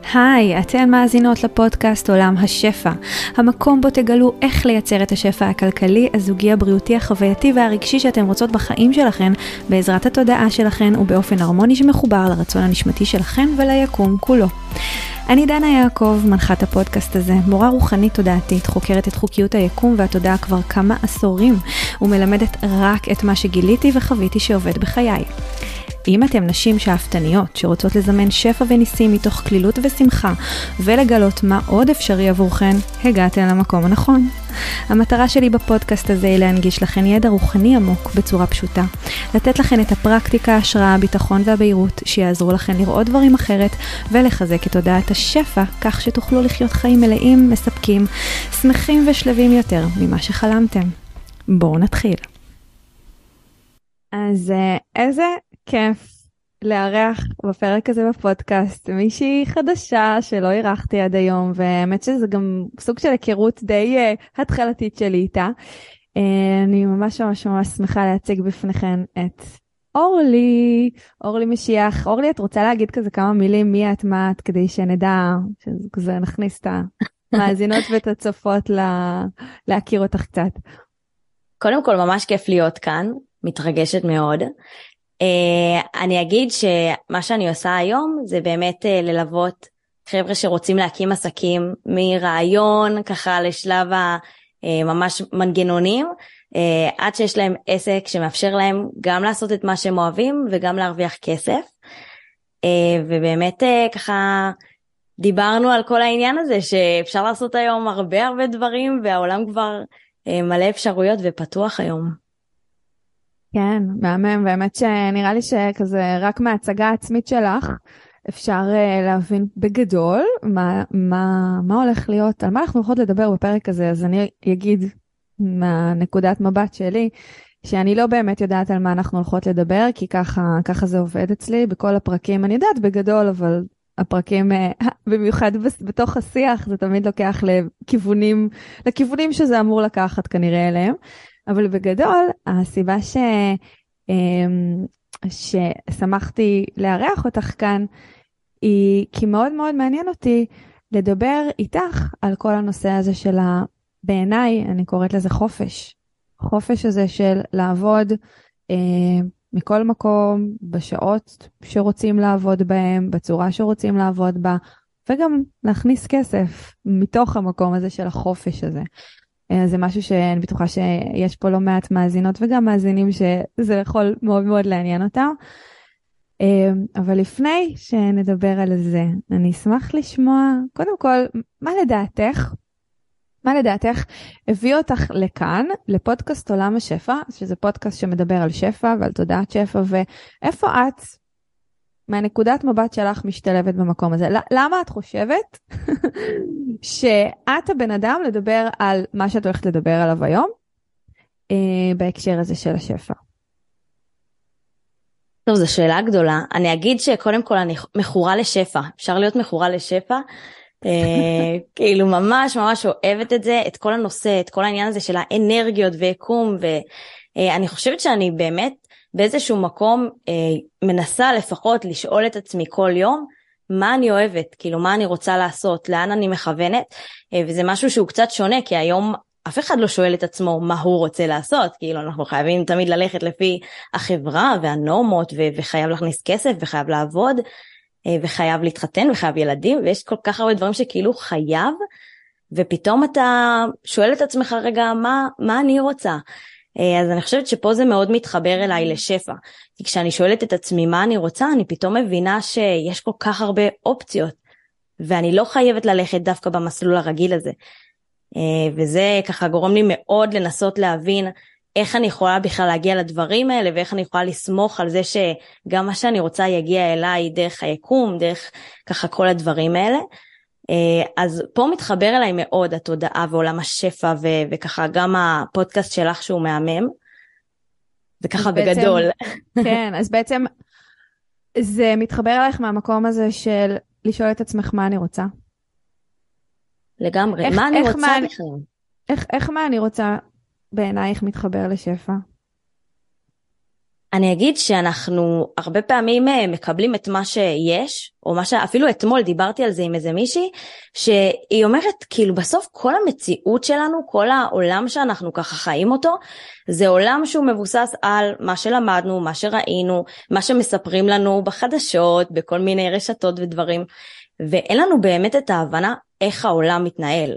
היי, אתן מאזינות לפודקאסט עולם השפע, המקום בו תגלו איך לייצר את השפע הכלכלי, הזוגי, הבריאותי, החווייתי והרגשי שאתם רוצות בחיים שלכן, בעזרת התודעה שלכן ובאופן הרמוני שמחובר לרצון הנשמתי שלכן וליקום כולו. אני דנה יעקב, מנחת הפודקאסט הזה, מורה רוחנית תודעתית, חוקרת את חוקיות היקום והתודעה כבר כמה עשורים, ומלמדת רק את מה שגיליתי וחוויתי שעובד בחיי. אם אתם נשים שאפתניות שרוצות לזמן שפע וניסים מתוך כלילות ושמחה ולגלות מה עוד אפשרי עבורכן, הגעתם למקום הנכון. המטרה שלי בפודקאסט הזה היא להנגיש לכן ידע רוחני עמוק בצורה פשוטה, לתת לכן את הפרקטיקה, ההשראה, הביטחון והבהירות שיעזרו לכן לראות דברים אחרת ולחזק את תודעת השפע כך שתוכלו לחיות חיים מלאים, מספקים, שמחים ושלבים יותר ממה שחלמתם. בואו נתחיל. אז איזה כיף לארח בפרק הזה בפודקאסט מישהי חדשה שלא אירחתי עד היום, והאמת שזה גם סוג של היכרות די התחלתית שלי איתה. אני ממש שמחה להציג בפניכן את אורלי משיח. אורלי, את רוצה להגיד כזה כמה מילים מי את, מה את, כדי שנדע שזה נכניס את המאזינות ואת הצופות להכיר אותך קצת? קודם כל ממש כיף להיות כאן, מתרגשת מאוד. אני אגיד שמה שאני עושה היום זה באמת ללוות חבר'ה שרוצים להקים עסקים מרעיון ככה לשלב ממש מנגנונים, עד שיש להם עסק שמאפשר להם גם לעשות את מה שהם אוהבים וגם להרוויח כסף. ובאמת ככה דיברנו על כל העניין הזה שאפשר לעשות היום הרבה דברים, והעולם כבר מלא אפשרויות ופתוח מה כן, מהמם, באמת שנראה לי שכזה רק מההצגה העצמית שלך אפשר להבין בגדול מה הולך להיות, על מה אנחנו יכולות לדבר בפרק הזה. אז אני אגיד מהנקודת מבט שלי שאני לא באמת יודעת על מה אנחנו הולכות לדבר, כי ככה זה עובד אצלי בכל הפרקים. אני יודעת בגדול, אבל הפרקים במיוחד בתוך השיח זה תמיד לוקח לכיוונים שזה אמור לקחת כנראה אליהם. אבל בגדול, הסיבה ששמחתי לארח אותך כאן, היא כי מאוד מאוד מעניין אותי לדבר איתך על כל הנושא הזה של בעיניי, אני קוראת לזה חופש. חופש הזה של לעבוד מכל מקום, בשעות שרוצים לעבוד בהם, בצורה שרוצים לעבוד בה, וגם להכניס כסף מתוך המקום הזה של החופש הזה. זה משהו שאני בטוחה שיש פה לא מעט מאזינות וגם מאזינים שזה יכול מאוד מאוד לעניין אותם. אבל לפני שנדבר על זה, אני אשמח לשמוע, קודם כל, מה לדעתך הביא אותך לכאן, לפודקאסט עולם השפע, שזה פודקאסט שמדבר על שפע ועל תודעת שפע, ואיפה את, מהנקודת מבט שלך, משתלבת במקום הזה? למה את חושבת שאת הבן אדם לדבר על מה שאת הולכת לדבר עליו היום, בהקשר הזה של השפע? טוב, זו שאלה גדולה. אני אגיד שקודם כל אני מכורה לשפע. אפשר להיות מכורה לשפע. כאילו ממש אוהבת את זה, את כל הנושא, את כל העניין הזה של האנרגיות ויקום, ואני חושבת שאני באמת באיזשהו מקום מנסה לפחות לשאול את עצמי כל יום, מה אני אוהבת, כאילו מה אני רוצה לעשות, לאן אני מכוונת, וזה משהו שהוא קצת שונה, כי היום אף אחד לא שואל את עצמו מה הוא רוצה לעשות, כאילו אנחנו חייבים תמיד ללכת לפי החברה והנורמות, וחייב להכניס כסף, וחייב לעבוד, וחייב להתחתן, וחייב ילדים, ויש כל כך הרבה דברים שכאילו חייב, ופתאום אתה שואל את עצמך רגע, מה אני רוצה? אז אני חושבת שפה זה מאוד מתחבר אליי לשפע, כי כשאני שואלת את עצמי מה אני רוצה, אני פתאום מבינה שיש כל כך הרבה אופציות, ואני לא חייבת ללכת דווקא במסלול הרגיל הזה, וזה ככה גורם לי מאוד לנסות להבין איך אני יכולה בכלל להגיע לדברים האלה, ואיך אני יכולה לסמוך על זה שגם מה שאני רוצה יגיע אליי דרך היקום, דרך ככה כל הדברים האלה. אז פה מתחבר אליי מאוד התודעה ועולם השפע, וככה גם הפודקאסט שלך שהוא מהמם, וככה בגדול. כן, אז בעצם זה מתחבר אלייך מהמקום הזה של לשאול את עצמך מה אני רוצה. לגמרי, מה אני רוצה בכלל? איך מה אני רוצה בעינייך מתחבר לשפע? אני אגיד שאנחנו הרבה פעמים מקבלים את מה שיש, או מה שאפילו אתמול דיברתי על זה עם איזה מישהי, שהיא אומרת כאילו בסוף כל המציאות שלנו, כל העולם שאנחנו ככה חיים אותו, זה עולם שהוא מבוסס על מה שלמדנו, מה שראינו, מה שמספרים לנו בחדשות, בכל מיני רשתות ודברים, ואין לנו באמת את ההבנה איך העולם מתנהל.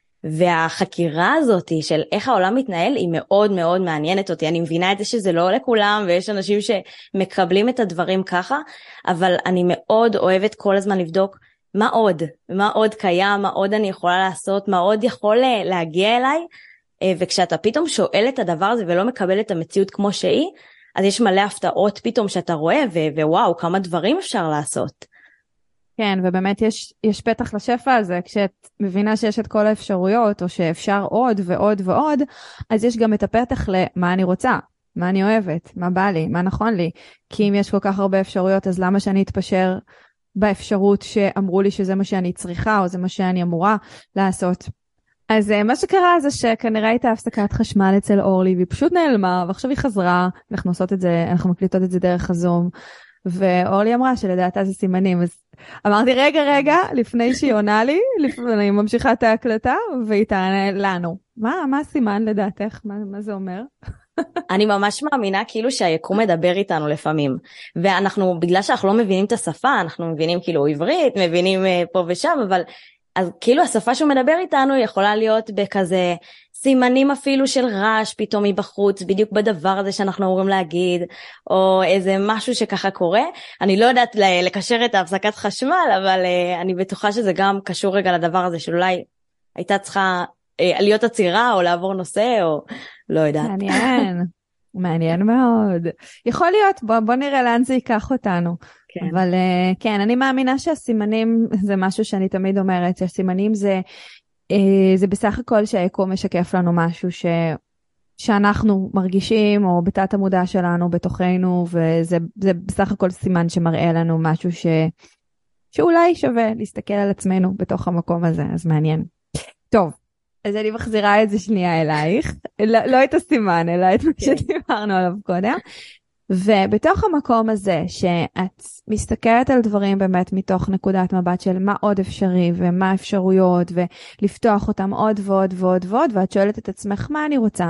והחקירה הזאת של איך העולם מתנהל היא מאוד מאוד מעניינת אותי. אני מבינה את זה שזה לא לכולם ויש אנשים שמקבלים את הדברים ככה, אבל אני מאוד אוהבת כל הזמן לבדוק מה עוד קיים, מה עוד אני יכולה לעשות, מה עוד יכול להגיע אליי, וכשאתה פתאום שואל את הדבר הזה ולא מקבל את המציאות כמו שהיא, אז יש מלא הפתעות פתאום שאתה רואה, ווואו, כמה דברים אפשר לעשות. כן, ובאמת יש פתח לשפע הזה, כשאת מבינה שיש את כל האפשרויות, או שאפשר עוד ועוד ועוד, אז יש גם את הפתח למה אני רוצה, מה אני אוהבת, מה בא לי, מה נכון לי. כי אם יש כל כך הרבה אפשרויות, אז למה שאני אתפשר באפשרות שאמרו לי שזה מה שאני צריכה, או זה מה שאני אמורה לעשות. אז מה שקרה זה שכנראה הייתה הפסקת חשמל אצל אורלי, והיא פשוט נעלמה, ועכשיו היא חזרה, אנחנו מקליטות את זה דרך הזום, ואורלי אמרה שלדעתה זה סימנים, אז אמרתי רגע, לפני שהיא עונה לי, אני ממשיכה את ההקלטה, והיא תענה לנו. מה הסימן לדעתך? מה זה אומר? אני ממש מאמינה כאילו שהיקום מדבר איתנו לפעמים, ואנחנו, בגלל שאנחנו לא מבינים את השפה, אנחנו מבינים כאילו עברית, מבינים פה ושם, אבל אז כאילו השפה שהוא מדבר איתנו יכולה להיות בכזה סימנים אפילו של רעש פתאום מבחוץ, בדיוק בדבר הזה שאנחנו אמורים להגיד, או איזה משהו שככה קורה. אני לא יודעת לקשר את ההפסקת חשמל, אבל אני בטוחה שזה גם קשור רגע לדבר הזה, שאולי הייתה צריכה להיות עצירה, או לעבור נושא, או לא יודעת. מעניין מאוד. יכול להיות, בוא נראה לאן זה ייקח אותנו. כן. אבל כן, אני מאמינה שהסימנים זה משהו שאני תמיד אומרת, שהסימנים זה בסך הכל שהיקום משקף לנו משהו שאנחנו מרגישים, או בתת המודע שלנו, בתוכנו, וזה בסך הכל סימן שמראה לנו משהו שאולי שווה להסתכל על עצמנו בתוך המקום הזה, אז מעניין. טוב, אז אני מחזירה את זה שנייה אלייך, לא את הסימן, אלא את מה שדיברנו עליו קודם. ובתוך המקום הזה, שאת מסתכלת על דברים באמת מתוך נקודת מבט של מה עוד אפשרי ומה אפשרויות, ולפתוח אותם עוד ועוד ועוד ועוד, ואת שואלת את עצמך מה אני רוצה,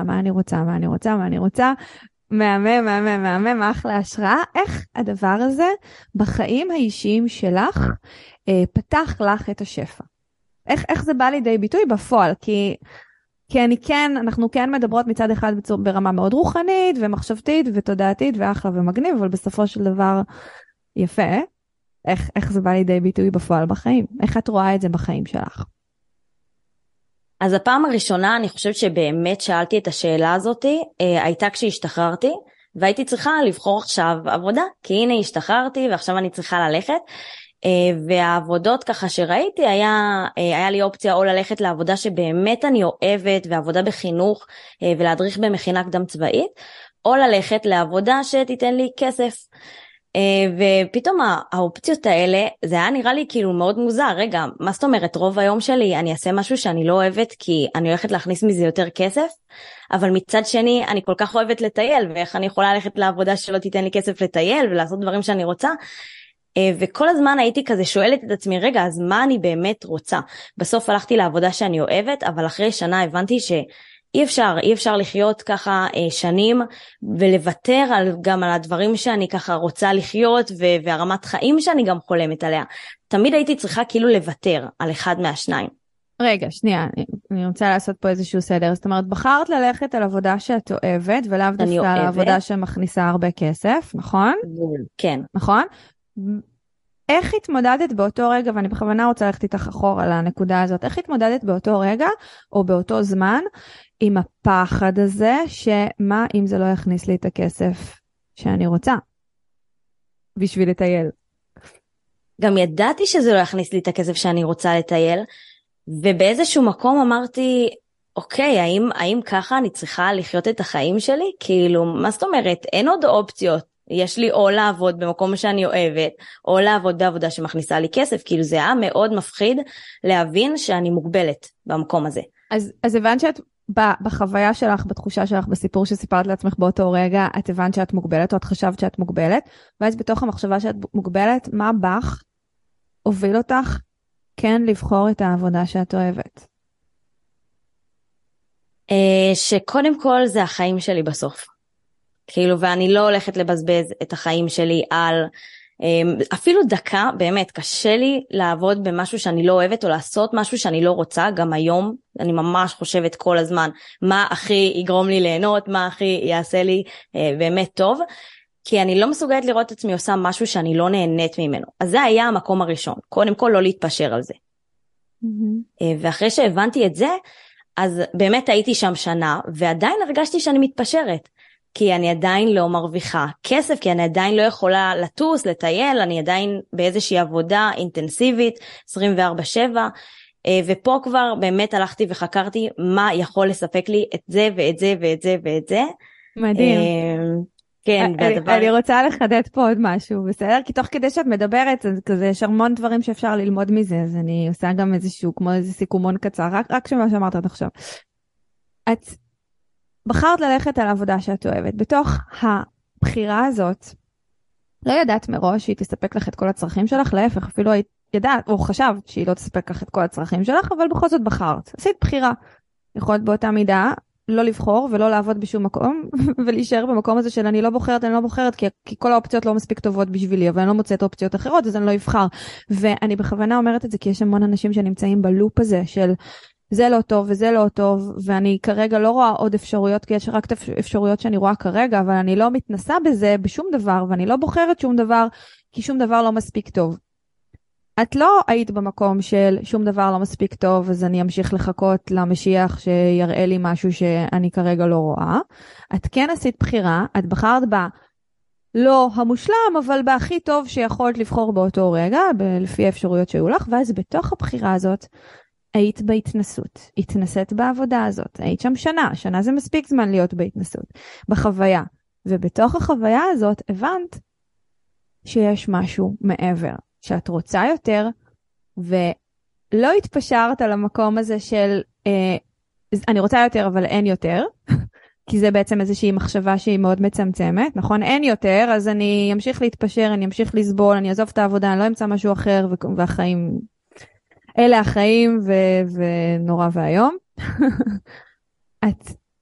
מהמם, אחלה השראה, איך הדבר הזה בחיים האישיים שלך פתח לך את השפע? איך זה בא לידי ביטוי בפועל? כי אנחנו כן מדברות מצד אחד ברמה מאוד רוחנית ומחשבתית ותודעתית ואחלה ומגניב, אבל בסופו של דבר יפה. איך זה בא לידי ביטוי בפועל בחיים? איך את רואה את זה בחיים שלך? אז הפעם הראשונה אני חושבת שבאמת שאלתי את השאלה הזאת, הייתה כשהשתחררתי, והייתי צריכה לבחור עכשיו עבודה, כי הנה השתחררתי ועכשיו אני צריכה ללכת, והעבודות ככה שראיתי היה לי אופציה או ללכת לעבודה שבאמת אני אוהבת ועבודה בחינוך ולהדריך במכינה קדם צבאית, או ללכת לעבודה שתיתן לי כסף. ופתאום האופציות האלה זה היה נראה לי כאילו מאוד מוזר. רגע, מה זאת אומרת, רוב היום שלי אני אעשה משהו שאני לא אוהבת כי אני הולכת להכניס מזה יותר כסף, אבל מצד שני אני כל כך אוהבת לטייל, ואיך אני יכולה ללכת לעבודה שלא תיתן לי כסף לטייל ולעשות דברים שאני רוצה? וכל הזמן הייתי כזה שואלת את עצמי, רגע, אז מה אני באמת רוצה? בסוף הלכתי לעבודה שאני אוהבת, אבל אחרי שנה הבנתי שאי אפשר לחיות ככה שנים, ולוותר גם על הדברים שאני ככה רוצה לחיות, והרמת חיים שאני גם חולמת עליה. תמיד הייתי צריכה כאילו לוותר על אחד מהשניים. רגע, שנייה, אני רוצה לעשות פה איזשהו סדר. זאת אומרת, בחרת ללכת על עבודה שאת אוהבת, ולאו דווקא על עבודה שמכניסה הרבה כסף, נכון? כן. נכון? איך התמודדת באותו רגע, ואני בכוונה רוצה ללכת איתך אחורה על הנקודה הזאת, איך התמודדת באותו רגע, או באותו זמן, עם הפחד הזה, שמה אם זה לא יכניס לי את הכסף שאני רוצה, בשביל לטייל? גם ידעתי שזה לא יכניס לי את הכסף שאני רוצה לטייל, ובאיזשהו מקום אמרתי, אוקיי, האם ככה אני צריכה לחיות את החיים שלי? כאילו, מה זאת אומרת? אין עוד אופציות. יש לי או לעבוד במקום שאני אוהבת, או לעבוד בעבודה שמכניסה לי כסף. כאילו זה היה מאוד מפחיד להבין שאני מוגבלת במקום הזה. אז הבנת שאת בחוויה שלך, בתחושה שלך, בסיפור שסיפרת לעצמך באותו רגע, את הבנת שאת מוגבלת, או את חשבת שאת מוגבלת, ואז בתוך המחשבה שאת מוגבלת, מה בך הוביל אותך כן לבחור את העבודה שאת אוהבת? שקודם כל זה החיים שלי בסוף. כאילו, ואני לא הולכת לבזבז את החיים שלי על אפילו דקה, באמת, קשה לי לעבוד במשהו שאני לא אוהבת, או לעשות משהו שאני לא רוצה. גם היום אני ממש חושבת כל הזמן, מה הכי יגרום לי ליהנות, מה הכי יעשה לי באמת טוב, כי אני לא מסוגלת לראות את עצמי עושה משהו שאני לא נהנית ממנו. אז זה היה המקום הראשון, קודם כל לא להתפשר על זה. ואחרי שהבנתי את זה, אז באמת הייתי שם שנה, ועדיין הרגשתי שאני מתפשרת. כי אני עדיין לא מרוויחה כסף, כי אני עדיין לא יכולה לטוס, לטייל, אני עדיין באיזושהי עבודה אינטנסיבית, 24/7, ופה כבר באמת הלכתי וחקרתי מה יכול לספק לי את זה ואת זה ואת זה ואת זה. מדהים. כן, אני רוצה לחדד פה עוד משהו, בסדר? כי תוך כדי שאת מדברת, אז כזה יש המון דברים שאפשר ללמוד מזה, אז אני עושה גם איזשהו, כמו איזה סיכומון קצר, רק שמה שאמרת עד עכשיו. את בחרת ללכת על העבודה שאת אוהבת. בתוך הבחירה הזאת, לא ידעת מראש שהיא תספק לך את כל הצרכים שלך, להפך, אפילו היית ידעת, או חשבת שהיא לא תספק לך את כל הצרכים שלך, אבל בכל זאת בחרת. עשית בחירה. יכולת באותה מידה לא לבחור ולא לעבוד בשום מקום, ולהישאר במקום הזה של אני לא בוחרת, כי כל האופציות לא מספיק טובות בשבילי, אבל אני לא מוצאת אופציות אחרות, אז אני לא אבחר. ואני בכוונה אומרת את זה, כי יש המון אנשים שנמצאים בלופ הזה של זה לא טוב וזה לא טוב, ואני כרגע לא רואה עוד אפשרויות, כי יש רק אפשרויות שאני רואה כרגע, אבל אני לא מתנסה בזה בשום דבר, ואני לא בוחרת שום דבר, כי שום דבר לא מספיק טוב. את לא היית במקום של שום דבר לא מספיק טוב, אז אני אמשיך לחכות למשיח שיראה לי משהו שאני כרגע לא רואה. את כן עשית בחירה, את בחרת בה לא המושלם, אבל בהכי טוב שיכולת לבחור באותו רגע, לפי האפשרויות שהיו לך, ואז בתוך הבחירה הזאת, היית בהתנסות, התנסית בעבודה הזאת, היית שם שנה זה מספיק זמן להיות בהתנסות, בחוויה, ובתוך החוויה הזאת הבנת שיש משהו מעבר, שאת רוצה יותר, ולא התפשרת על המקום הזה של, אני רוצה יותר אבל אין יותר, כי זה בעצם איזושהי מחשבה שהיא מאוד מצמצמת, נכון? אין יותר, אז אני אמשיך להתפשר, אני אמשיך לסבול, אני אעזוב את העבודה, אני לא אמצא משהו אחר, והחיים אלה החיים ונורא והיום. את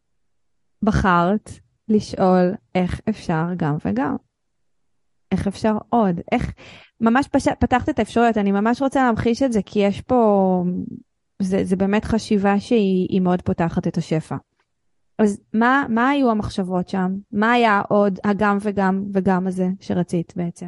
בחרת לשאול איך אפשר גם וגם. איך אפשר עוד. איך, ממש פתחת את האפשרויות, אני ממש רוצה להמחיש את זה, כי יש פה, זה באמת חשיבה שהיא מאוד פותחת את השפע. אז מה היו המחשבות שם? מה היה עוד הגם וגם וגם הזה שרצית בעצם?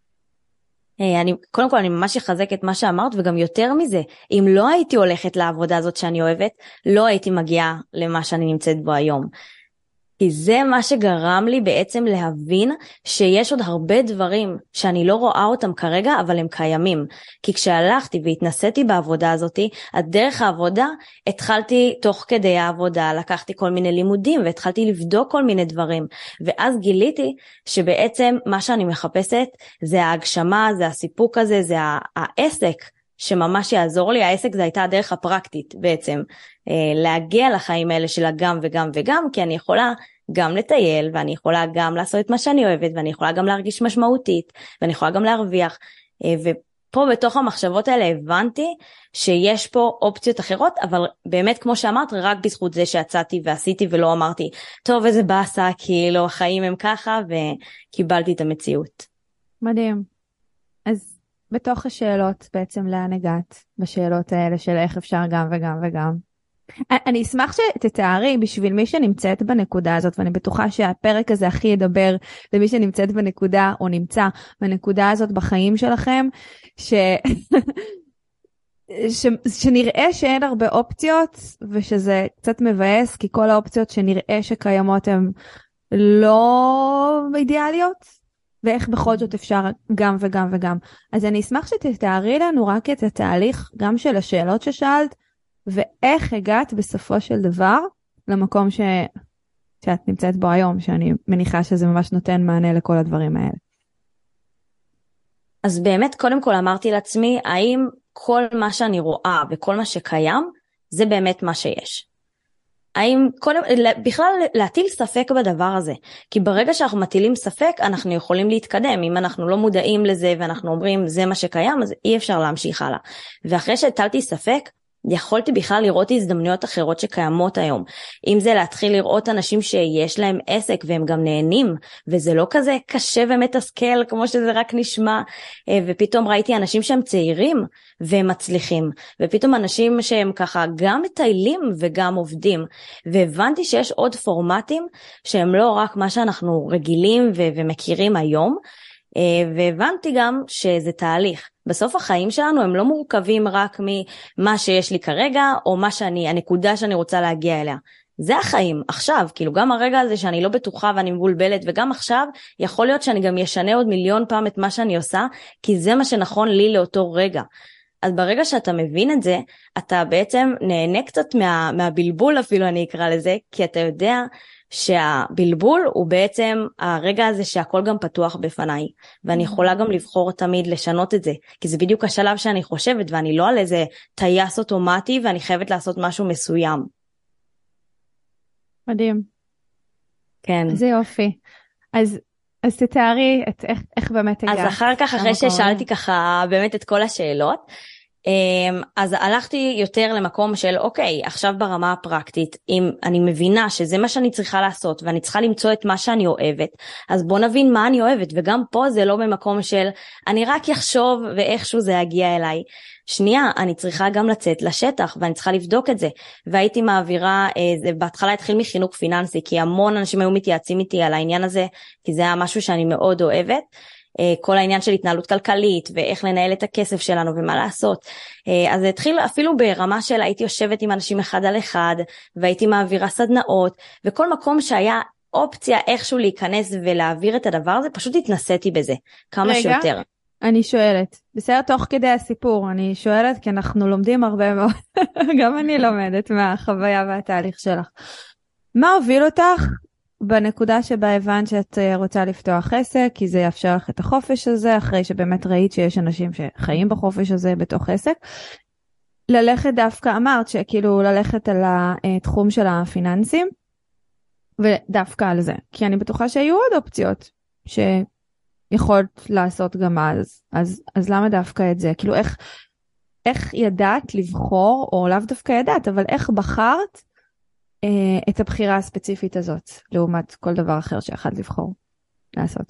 קודם כל אני ממש אחזק את מה שאמרת, וגם יותר מזה, אם לא הייתי הולכת לעבודה הזאת שאני אוהבת, לא הייתי מגיעה למה שאני נמצאת בו היום. כי זה מה שגרם לי בעצם להבין שיש עוד הרבה דברים שאני לא רואה אותם כרגע, אבל הם קיימים. כי כשהלכתי והתנסיתי בעבודה הזאת, הדרך העבודה, התחלתי תוך כדי העבודה, לקחתי כל מיני לימודים והתחלתי לבדוק כל מיני דברים. ואז גיליתי שבעצם מה שאני מחפשת זה ההגשמה, זה הסיפוק הזה, זה העסק שממש יעזור לי. העסק זה הייתה הדרך הפרקטית בעצם, להגיע לחיים האלה של הגם וגם וגם, כי אני יכולה גם לטייל, ואני יכולה גם לעשות את מה שאני אוהבת, ואני יכולה גם להרגיש משמעותית, ואני יכולה גם להרוויח, ופה בתוך המחשבות האלה הבנתי שיש פה אופציות אחרות, אבל באמת כמו שאמרת, רק בזכות זה שיצאתי ועשיתי ולא אמרתי, טוב איזה באסה, כאילו החיים הם ככה, וקיבלתי את המציאות. מדהים. אז בתוך השאלות בעצם לאן הגעת, בשאלות האלה של איך אפשר גם וגם וגם. אני אשמח שתתארי בשביל מי שנמצאת בנקודה הזאת, ואני בטוחה שהפרק הזה הכי ידבר למי שנמצאת בנקודה או נמצא בנקודה הזאת בחיים שלכם, שנראה שאין הרבה אופציות, ושזה קצת מבאס, כי כל האופציות שנראה שקיימות הן לא אידיאליות, ואיך בכל זאת אפשר גם וגם וגם. אז אני אשמח שתתארי לנו רק את התהליך, גם של השאלות ששאלת, ואיך הגעת בסופו של דבר למקום שאת נמצאת בו היום, שאני מניחה שזה ממש נותן מענה לכל הדברים האלה. אז באמת קודם כל אמרתי לעצמי, האם כל מה שאני רואה וכל מה שקיים, זה באמת מה שיש. בכלל להטיל ספק בדבר הזה, כי ברגע שאנחנו מטילים ספק, אנחנו יכולים להתקדם. אם אנחנו לא מודעים לזה ואנחנו אומרים זה מה שקיים, אז אי אפשר להמשיך הלאה. ואחרי שהטלתי ספק, יכולתי בכלל לראות הזדמנויות אחרות שקיימות היום. אם זה להתחיל לראות אנשים שיש להם עסק והם גם נהנים, וזה לא כזה קשה ומתסכל כמו שזה רק נשמע, ופתאום ראיתי אנשים שהם צעירים והם מצליחים, ופתאום אנשים שהם ככה גם מטיילים וגם עובדים, והבנתי שיש עוד פורמטים שהם לא רק מה שאנחנו רגילים ומכירים היום, והבנתי גם שזה תהליך. בסוף החיים שלנו הם לא מורכבים רק ממה שיש לי כרגע, או הנקודה שאני רוצה להגיע אליה. זה החיים, עכשיו, כאילו גם הרגע הזה שאני לא בטוחה ואני מבולבלת, וגם עכשיו יכול להיות שאני גם ישנה עוד מיליון פעם את מה שאני עושה, כי זה מה שנכון לי לאותו רגע. אז ברגע שאתה מבין את זה, אתה בעצם נהנה קצת מהבלבול אפילו אני אקרא לזה, כי אתה יודע שהבלבול הוא בעצם הרגע הזה שהכל גם פתוח בפניי, ואני יכולה גם לבחור תמיד לשנות את זה, כי זה בדיוק השלב שאני חושבת, ואני לא על איזה טייס אוטומטי ואני חייבת לעשות משהו מסוים. מדהים. כן. זה יופי. אז תתארי איך באמת הגעת. אז אחר כך, אחרי ששאלתי ככה באמת את כל השאלות, אז הלכתי יותר למקום של אוקיי, עכשיו ברמה הפרקטית, אם אני מבינה שזה מה שאני צריכה לעשות, ואני צריכה למצוא את מה שאני אוהבת, אז בוא נבין מה אני אוהבת, וגם פה זה לא במקום של אני רק יחשוב ואיכשהו זה יגיע אליי. שנייה, אני צריכה גם לצאת לשטח, ואני צריכה לבדוק את זה, והייתי מעבירה, זה בהתחלה התחיל מחינוך פיננסי, כי המון אנשים היו מתייעצים איתי על העניין הזה, כי זה היה משהו שאני מאוד אוהבת, כל העניין של התנהלות כלכלית, ואיך לנהל את הכסף שלנו, ומה לעשות. אז זה התחיל אפילו ברמה של הייתי יושבת עם אנשים אחד על אחד, והייתי מעבירה סדנאות, וכל מקום שהיה אופציה איכשהו להיכנס ולהעביר את הדבר הזה, פשוט התנסיתי בזה, כמה שיותר. רגע, אני שואלת, בסדר תוך כדי הסיפור, אני שואלת כי אנחנו לומדים הרבה מאוד, גם אני לומדת מהחוויה והתהליך שלך. מה הוביל אותך בנקודה שבה הבנת שאת רוצה לפתוח עסק, כי זה יאפשר לך את החופש הזה, אחרי שבאמת ראית שיש אנשים שחיים בחופש הזה בתוך עסק, ללכת דווקא, אמרת שכאילו ללכת על התחום של הפיננסים, ודווקא על זה, כי אני בטוחה שהיו עוד אופציות שיכולת לעשות גם אז למה דווקא את זה? כאילו איך ידעת לבחור, או לאו דווקא ידעת, אבל איך בחרת את הבחירה הספציפית הזאת, לעומת כל דבר אחר שיכולת לבחור לעשות?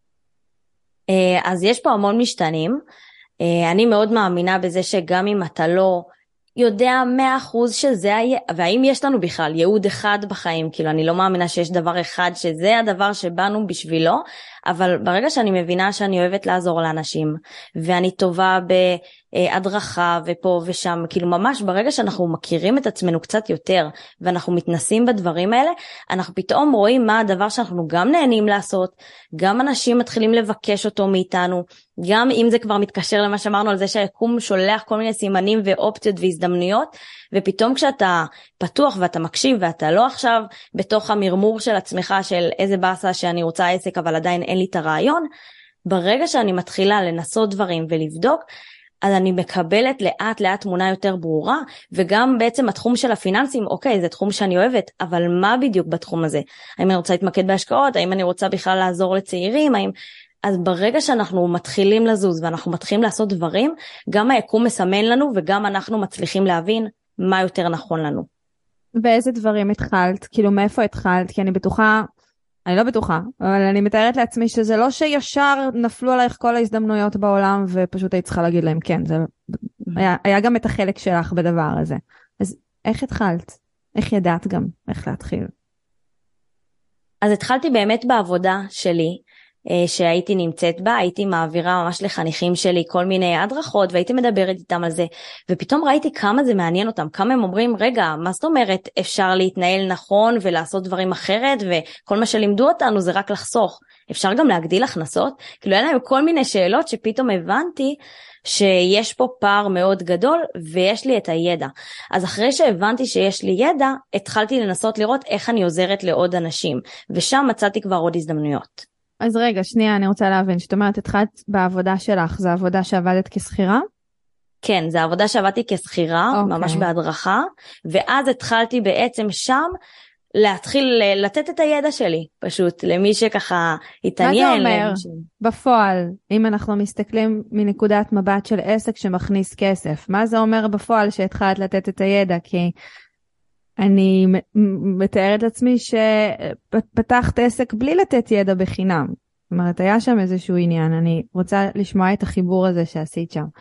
אז יש פה המון משתנים. אני מאוד מאמינה בזה שגם אם אתה לא יודע 100% שזה, והאם יש לנו בכלל ייעוד אחד בחיים, כאילו אני לא מאמינה שיש דבר אחד שזה הדבר שבאנו בשבילו, אבל ברגע שאני מבינה שאני אוהבת לעזור לאנשים, ואני טובה בהדרכה ופה ושם, כאילו ממש ברגע שאנחנו מכירים את עצמנו קצת יותר, ואנחנו מתנסים בדברים האלה, אנחנו פתאום רואים מה הדבר שאנחנו גם נהנים לעשות, גם אנשים מתחילים לבקש אותו מאיתנו, גם אם זה כבר מתקשר למה שאמרנו על זה שהיקום שולח כל מיני סימנים ואופציות והזדמנויות, ופתאום כשאתה פתוח ואתה מקשיב ואתה לא עכשיו בתוך המרמור של עצמך של איזה באסה שאני רוצה עסק אבל עדיין אין לי את הרעיון, ברגע שאני מתחילה לנסות דברים ולבדוק, אז אני מקבלת לאט לאט תמונה יותר ברורה, וגם בעצם התחום של הפיננסים, אוקיי, זה תחום שאני אוהבת, אבל מה בדיוק בתחום הזה? האם אני רוצה להתמקד בהשקעות? האם אני רוצה בכלל לעזור לצעירים? אז ברגע שאנחנו מתחילים לזוז ואנחנו מתחילים לעשות דברים, גם היקום מסמן לנו וגם אנחנו מצליחים להבין מה יותר נכון לנו. באיזה דברים התחלת? כאילו מאיפה התחלת? כי אני בטוחה, אני לא בטוחה, אבל אני מתארת לעצמי שזה לא שישר נפלו עלייך כל ההזדמנויות בעולם ופשוט היית צריכה להגיד להם כן, זה היה גם את החלק שלך בדבר הזה. אז איך התחלת? איך ידעת גם איך להתחיל? אז התחלתי באמת בעבודה שלי, שהייתי נמצאת בה, הייתי מעבירה ממש לחניכים שלי כל מיני הדרכות, והייתי מדברת איתם על זה, ופתאום ראיתי כמה זה מעניין אותם, כמה הם אומרים, רגע, מה זאת אומרת אפשר להתנהל נכון ולעשות דברים אחרת, וכל מה שלימדו אותנו זה רק לחסוך, אפשר גם להגדיל הכנסות, כאילו היה להם כל מיני שאלות שפתאום הבנתי, שיש פה פער מאוד גדול ויש לי את הידע. אז אחרי שהבנתי שיש לי ידע, התחלתי לנסות לראות איך אני עוזרת לעוד אנשים, ושם מצאתי כבר עוד הזדמנויות. אז רגע, שנייה, אני רוצה להבין, שאת אומרת, התחלת בעבודה שלך, זו עבודה שעבדת כשכירה? כן, זה עבודה שעבדתי כשכירה, ממש בהדרכה, ואז התחלתי בעצם שם להתחיל לתת את הידע שלי, פשוט, למי שככה התעניין. מה זה אומר? בפועל, אם אנחנו מסתכלים מנקודת מבט של עסק שמכניס כסף, מה זה אומר בפועל שהתחלת לתת את הידע? כי אני מתארת לעצמי שפתחת עסק בלי לתת ידע בחינם. זאת אומרת, היה שם איזשהו עניין, אני רוצה לשמוע את החיבור הזה שעשית שם.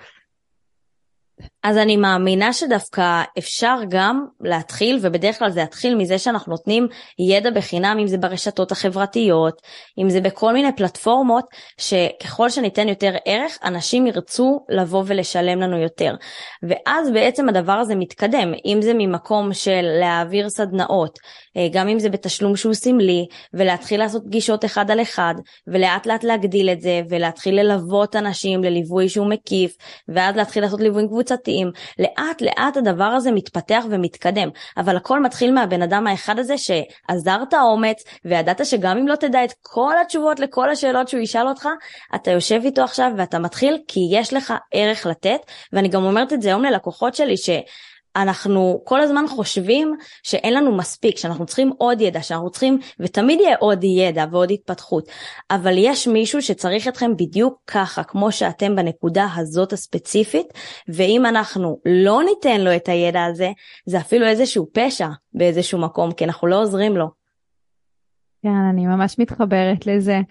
אז אני מאמינה שדווקא אפשר גם להתחיל, ובדרך כלל זה יתחיל מזה שאנחנו נותנים ידע בחינם, אם זה ברשתות החברתיות, אם זה בכל מיני פלטפורמות, שככל שניתן יותר ערך, אנשים ירצו לבוא ולשלם לנו יותר. ואז בעצם הדבר הזה מתקדם, אם זה ממקום של להעביר סדנאות, גם אם זה בתשלום שהוא סמלי, ולהתחיל לעשות פגישות אחד על אחד, ולאט לאט להגדיל את זה, ולהתחיל ללוות אנשים לליווי שהוא מקיף, ואז להתחיל לעשות ליוויים קבוצתיים. לאט לאט הדבר הזה מתפתח ומתקדם, אבל הכל מתחיל מהבן אדם האחד הזה שעזרת אומץ, וידעת שגם אם לא תדע את כל התשובות לכל השאלות שהוא ישאל אותך, אתה יושב איתו עכשיו ואתה מתחיל, כי יש לך ערך לתת. ואני גם אומרת את זה היום ללקוחות שלי, אנחנו כל הזמן חושבים שאין לנו מספיק, שאנחנו צריכים עוד ידע, שאנחנו צריכים, ותמיד יהיה עוד ידע ועוד התפתחות, אבל יש מישהו שצריך אתכם בדיוק ככה, כמו שאתם בנקודה הזאת הספציפית, ואם אנחנו לא ניתן לו את הידע הזה, זה אפילו איזשהו פשע באיזשהו מקום, כי אנחנו לא עוזרים לו. כן, אני ממש מתחברת לזה.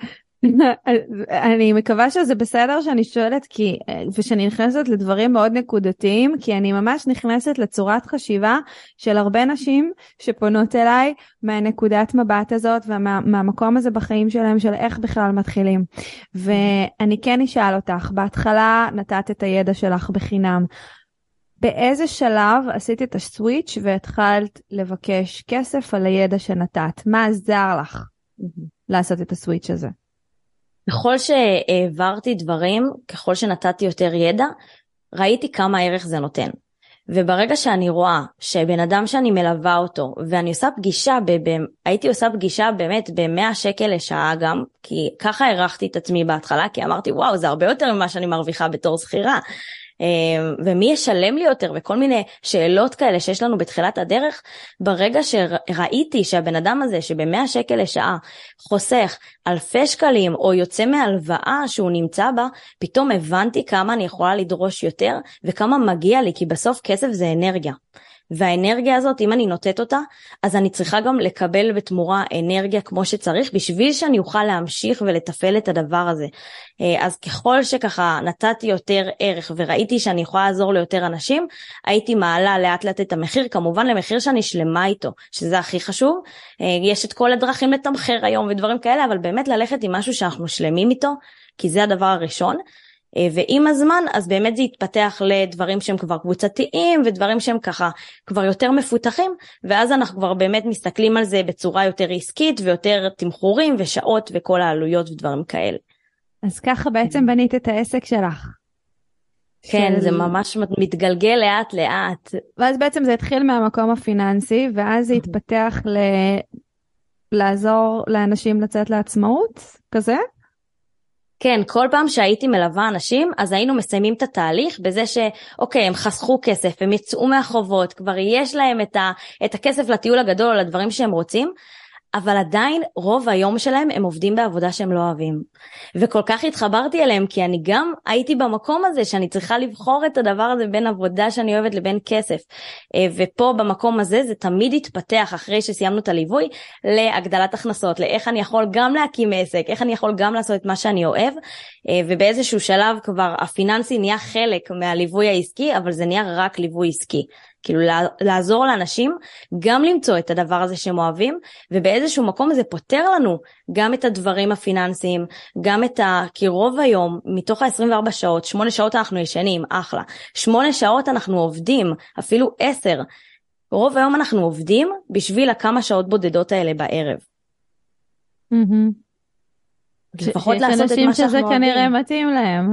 אני מקווה שזה בסדר שאני שואלת, ושאני נכנסת לדברים מאוד נקודתיים, כי אני ממש נכנסת לצורת חשיבה של הרבה נשים שפונות אליי מהנקודת מבט הזאת ומהמקום הזה בחיים שלהם, של איך בכלל מתחילים. ואני כן אשאל אותך, בהתחלה נתת את הידע שלך בחינם, באיזה שלב עשית את הסוויץ' והתחלת לבקש כסף על הידע שנתת? מה עזר לך לעשות את הסוויץ' הזה? ככל שהעברתי דברים, ככל שנתתי יותר ידע, ראיתי כמה ערך זה נותן. וברגע שאני רואה שבן אדם שאני מלווה אותו, ואני עושה פגישה, הייתי עושה פגישה באמת ב100 שקל לשעה גם, כי ככה הערכתי את עצמי בהתחלה, כי אמרתי וואו, זה הרבה יותר ממה שאני מרוויחה בתור שכירה. ומי ישלם לי יותר, וכל מיני שאלות כאלה שיש לנו בתחילת הדרך. ברגע שראיתי שהבן אדם הזה שב100 שקל לשעה חוסך אלפי שקלים, או יוצא מהלוואה שהוא נמצא בה, פתאום הבנתי כמה אני יכולה לדרוש יותר, וכמה מגיע לי, כי בסוף כסף זה אנרגיה. והאנרגיה הזאת, אם אני נותנת אותה, אז אני צריכה גם לקבל בתמורה אנרגיה כמו שצריך, בשביל שאני אוכל להמשיך ולטפל את הדבר הזה. אז ככל שככה נתתי יותר ערך, וראיתי שאני יכולה לעזור ליותר אנשים, הייתי מעלה לאט לאט את המחיר, כמובן למחיר שאני שלמה איתו, שזה הכי חשוב. יש את כל הדרכים לתמחר היום ודברים כאלה, אבל באמת ללכת עם משהו שאנחנו שלמים איתו, כי זה הדבר הראשון. ועם הזמן, אז באמת זה יתפתח לדברים שהם כבר קבוצתיים, ודברים שהם ככה כבר יותר מפותחים, ואז אנחנו כבר באמת מסתכלים על זה בצורה יותר עסקית, ויותר תמחורים ושעות וכל העלויות ודברים כאלה. אז ככה בעצם בנית את העסק שלך. כן, זה ממש מתגלגל לאט לאט. ואז בעצם זה התחיל מהמקום הפיננסי, ואז זה התפתח לעזור לאנשים לצאת לעצמאות, כזה? כן, כל פעם שהייתי מלווה אנשים, אז היינו מסיימים את התהליך בזה שאוקיי, הם חסכו כסף, הם יצאו מהחובות, כבר יש להם את הכסף לטיול הגדול, לדברים שהם רוצים, אבל עדיין רוב היום שלהם הם עובדים בעבודה שהם לא אוהבים. וכל כך התחברתי אליהם, כי אני גם הייתי במקום הזה שאני צריכה לבחור את הדבר הזה בין עבודה שאני אוהבת לבין כסף. ופה במקום הזה זה תמיד התפתח אחרי שסיימנו את הליווי להגדלת הכנסות, לאיך אני יכול גם להקים עסק, איך אני יכול גם לעשות את מה שאני אוהב. ובאיזשהו שלב כבר הפיננסי נהיה חלק מהליווי העסקי, אבל זה נהיה רק ליווי עסקי. כאילו לעזור לאנשים גם למצוא את הדבר הזה שהם אוהבים, ובאיזשהו מקום זה פותר לנו גם את הדברים הפיננסיים, גם כי רוב היום מתוך ה-24 שעות, 8 שעות אנחנו ישנים, אחלה, 8 שעות אנחנו עובדים, אפילו 10, רוב היום אנחנו עובדים בשביל הכמה שעות בודדות האלה בערב. לפחות לעשות את מה שאנחנו אוהבים. שזה כנראה מתאים להם.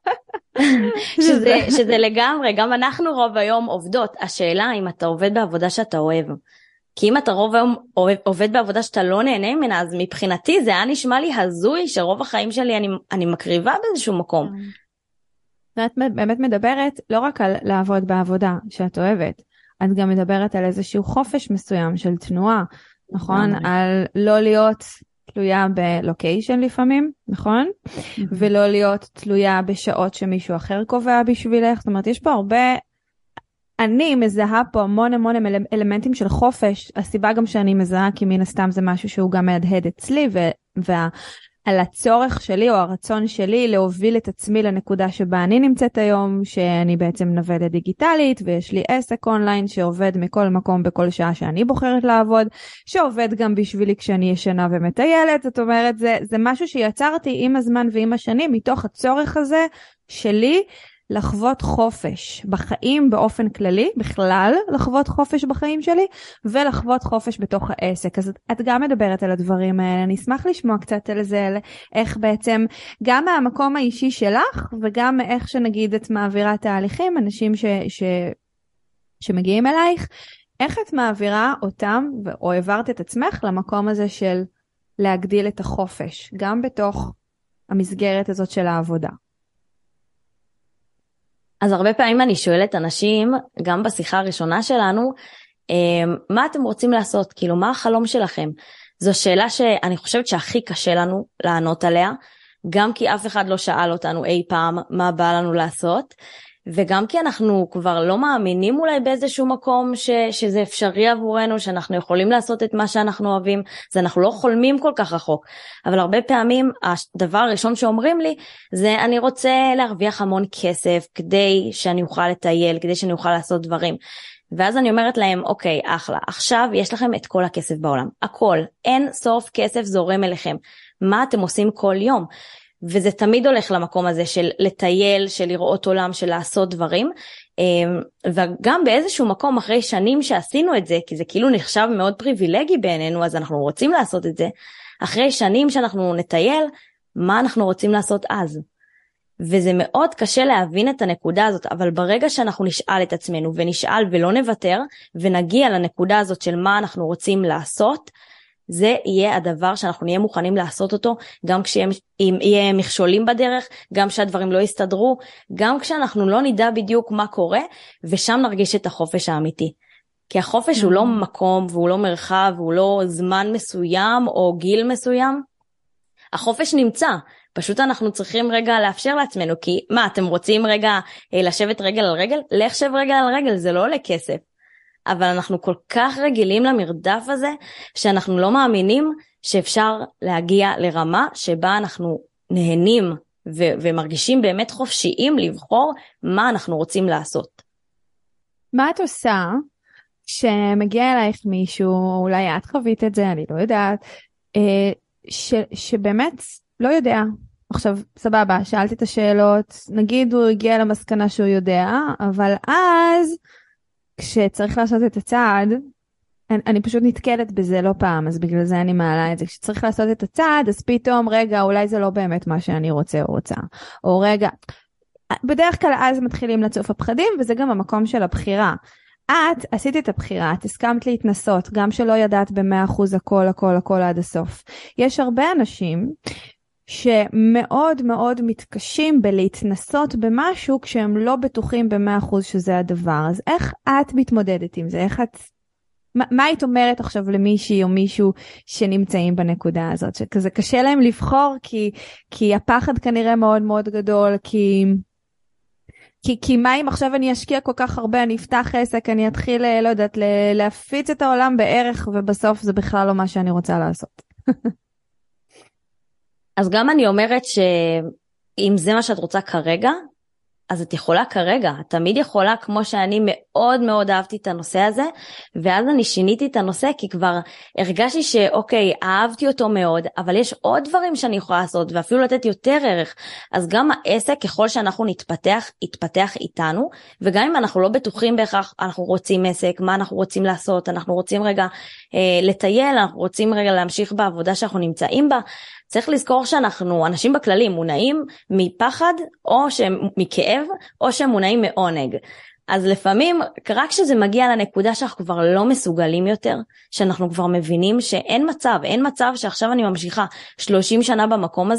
שזה לגמרי, גם אנחנו רוב היום עובדות. השאלה אם אתה עובד בעבודה שאתה אוהב. כי אם אתה רוב היום עובד בעבודה שאתה לא נהנה ממנה, אז מבחינתי זה היה נשמע לי הזוי שרוב החיים שלי אני מקריבה באיזשהו מקום. ואת באמת מדברת לא רק על לעבוד בעבודה שאת אוהבת, את גם מדברת על איזשהו חופש מסוים של תנועה, נכון? על לא להיות תלויה בלוקיישן לפעמים, נכון? ולא להיות תלויה בשעות שמישהו אחר קובע בשבילך. זאת אומרת, יש פה הרבה, אני מזהה פה המון אלמנטים של חופש. הסיבה גם שאני מזהה, כי מן הסתם זה משהו שהוא גם מהדהד אצלי, על הצורך שלי או הרצון שלי להוביל את עצמי לנקודה שבה אני נמצאת היום, שאני בעצם נוודת דיגיטלית, ויש לי עסק אונליין שעובד מכל מקום בכל שעה שאני בוחרת לעבוד, שעובד גם בשבילי כשאני ישנה ומטיילת. זאת אומרת, זה משהו שיצרתי עם הזמן ועם השנים, מתוך הצורך הזה שלי לחוות חופש בחיים באופן כללי, בכלל לחוות חופש בחיים שלי, ולחוות חופש בתוך העסק. אז את גם מדברת על הדברים האלה, אני אשמח לשמוע קצת על זה, איך בעצם, גם מהמקום האישי שלך, וגם איך שנגיד את מעבירה תהליכים, אנשים שמגיעים אלייך, איך את מעבירה אותם, או העברת את עצמך למקום הזה של להגדיל את החופש, גם בתוך המסגרת הזאת של העבודה. אז הרבה פעמים אני שואלת אנשים, גם בשיחה הראשונה שלנו, מה אתם רוצים לעשות? כאילו, מה החלום שלכם? זו שאלה שאני חושבת שהכי קשה לנו לענות עליה, גם כי אף אחד לא שאל אותנו אי פעם מה בא לנו לעשות, וגם כי אנחנו כבר לא מאמינים אולי באיזשהו מקום שזה אפשרי עבורנו, שאנחנו יכולים לעשות את מה שאנחנו אוהבים, אז אנחנו לא חולמים כל כך רחוק. אבל הרבה פעמים הדבר הראשון שאומרים לי, זה אני רוצה להרוויח המון כסף, כדי שאני אוכל לטייל, כדי שאני אוכל לעשות דברים. ואז אני אומרת להם, אוקיי, אחלה, עכשיו יש לכם את כל הכסף בעולם, הכל, אין סוף כסף זורם אליכם. מה אתם עושים כל יום? וזה תמיד הולך למקום הזה של לטייל, של לראות עולם, של לעשות דברים, וגם באיזשהו מקום אחרי שנים שעשינו את זה, כי זה כאילו נחשב מאוד פריבילגי בעינינו, אז אנחנו רוצים לעשות את זה, אחרי שנים שאנחנו נטייל, מה אנחנו רוצים לעשות אז? וזה מאוד קשה להבין את הנקודה הזאת, אבל ברגע שאנחנו נשאל את עצמנו, ונשאל ולא נוותר, ונגיע לנקודה הזאת של מה אנחנו רוצים לעשות, זה יהיה הדבר שאנחנו נהיה מוכנים לעשות אותו, גם כשיהיה מכשולים בדרך, גם שהדברים לא יסתדרו, גם כשאנחנו לא נדע בדיוק מה קורה, ושם נרגיש את החופש האמיתי. כי החופש הוא לא מקום, והוא לא מרחב, והוא לא זמן מסוים, או גיל מסוים. החופש נמצא, פשוט אנחנו צריכים רגע לאפשר לעצמנו, כי מה, אתם רוצים רגע לשבת רגל על רגל? לחשב רגל על רגל, זה לא עולה כסף. אבל אנחנו כל כך רגילים למרדף הזה, שאנחנו לא מאמינים שאפשר להגיע לרמה שבה אנחנו נהנים ומרגישים באמת חופשיים לבחור מה אנחנו רוצים לעשות. מה את עושה כשמגיע אלייך מישהו, אולי את חווית את זה, אני לא יודעת, שבאמת לא יודע. עכשיו, סבבה, שאלתי את השאלות, נגיד הוא הגיע למסקנה שהוא יודע, אבל אז כשצריך לעשות את הצעד, אני פשוט נתקלת בזה לא פעם, אז בגלל זה אני מעלה את זה. כשצריך לעשות את הצעד, אז פתאום, רגע, אולי זה לא באמת מה שאני רוצה או רוצה. או רגע, בדרך כלל אז מתחילים לצוף הפחדים, וזה גם המקום של הבחירה. את עשית את הבחירה, את הסכמת להתנסות, גם שלא ידעת ב100% הכל עד הסוף. יש הרבה אנשים שמאוד מאוד מתקשים בלהתנסות במשהו כשהם לא בטוחים ב100% שזה הדבר. אז איך את מתמודדת עם זה? איך את, מה היית אומרת עכשיו למישהי או מישהו שנמצאים בנקודה הזאת? שכזה קשה להם לבחור כי הפחד כנראה מאוד מאוד גדול, כי מה אם עכשיו אני אשקיע כל כך הרבה, אני אפתח עסק, אני אתחיל, לא יודעת, להפיץ את העולם בערך, ובסוף זה בכלל לא מה שאני רוצה לעשות. אז גם אני אומרת שאם זה מה שאת רוצה כרגע, אז את יכולה כרגע, את תמיד יכולה, כמו שאני מאוד מאוד אהבתי את הנושא הזה, ואז אני שיניתי את הנושא, כי כבר הרגשתי שאוקיי, אהבתי אותו מאוד, אבל יש עוד דברים שאני יכולה לעשות, ואפילו לתת יותר ערך, אז גם העסק, ככל שאנחנו יתפתח איתנו, וגם אם אנחנו לא בטוחים בהכרח, אנחנו רוצים עסק, מה אנחנו רוצים לעשות, אנחנו רוצים רגע לטייל, אנחנו רוצים רגע להמשיך בעבודה שאנחנו נמצאים בה, צריך לזכור שאנחנו, אנשים בכללים, מונעים מפחד, או מכאב, או שהם מונעים מעונג. אז לפעמים, רק כשזה מגיע לנקודה שאנחנו כבר לא מסוגלים יותר, שאנחנו כבר מבינים שאין מצב שעכשיו אני ממשיכה 30 שנה במקום הזה,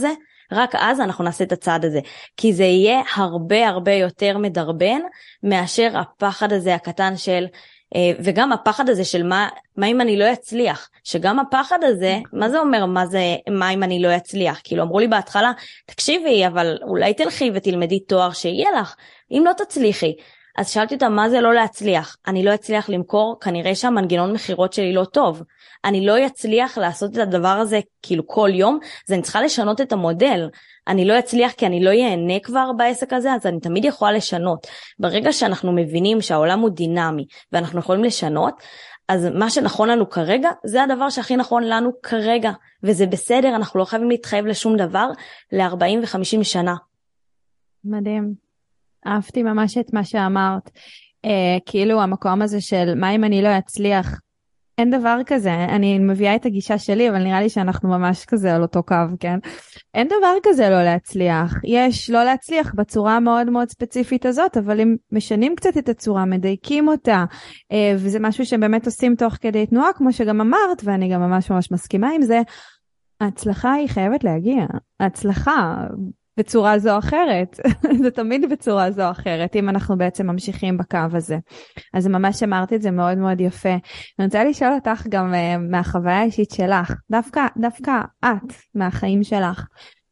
רק אז אנחנו נעשה את הצעד הזה, כי זה יהיה הרבה הרבה יותר מדרבן, מאשר הפחד הזה הקטן של, וגם הפחד הזה של מה אם אני לא אצליח, שגם הפחד הזה, מה זה אומר, מה אם אני לא אצליח, כאילו אמרו לי בהתחלה, תקשיבי, אבל אולי תלכי ותלמדי תואר שיהיה לך, אם לא תצליחי, אז שאלתי אותה, מה זה לא להצליח? אני לא אצליח למכור, כנראה שהמנגנון מחירות שלי לא טוב, אני לא אצליח לעשות את הדבר הזה כאילו כל יום, אז אני צריכה לשנות את המודל, אני לא אצליח כי אני לא יהנה כבר בעסק הזה, אז אני תמיד יכולה לשנות. ברגע שאנחנו מבינים שהעולם הוא דינמי, ואנחנו יכולים לשנות, אז מה שנכון לנו כרגע, זה הדבר שהכי נכון לנו כרגע, וזה בסדר, אנחנו לא חייבים להתחייב לשום דבר, ל-40 ו-50 שנה. מדהים. אהבתי ממש את מה שאמרת, כאילו המקום הזה של מה אם אני לא אצליח, אין דבר כזה, אני מביאה את הגישה שלי, אבל נראה לי שאנחנו ממש כזה על אותו קו, כן? אין דבר כזה לא להצליח, יש לא להצליח בצורה מאוד מאוד ספציפית הזאת, אבל אם משנים קצת את הצורה, מדייקים אותה, וזה משהו שבאמת עושים תוך כדי תנועה, כמו שגם אמרת, ואני גם ממש ממש מסכימה עם זה, ההצלחה היא חייבת להגיע, ההצלחה בצורה זו או אחרת, זה תמיד בצורה זו או אחרת, אם אנחנו בעצם ממשיכים בקו הזה. אז ממש אמרתי את זה מאוד מאוד יפה. אני רוצה לשאול אותך גם מהחוויה האישית שלך, דווקא את, מהחיים שלך.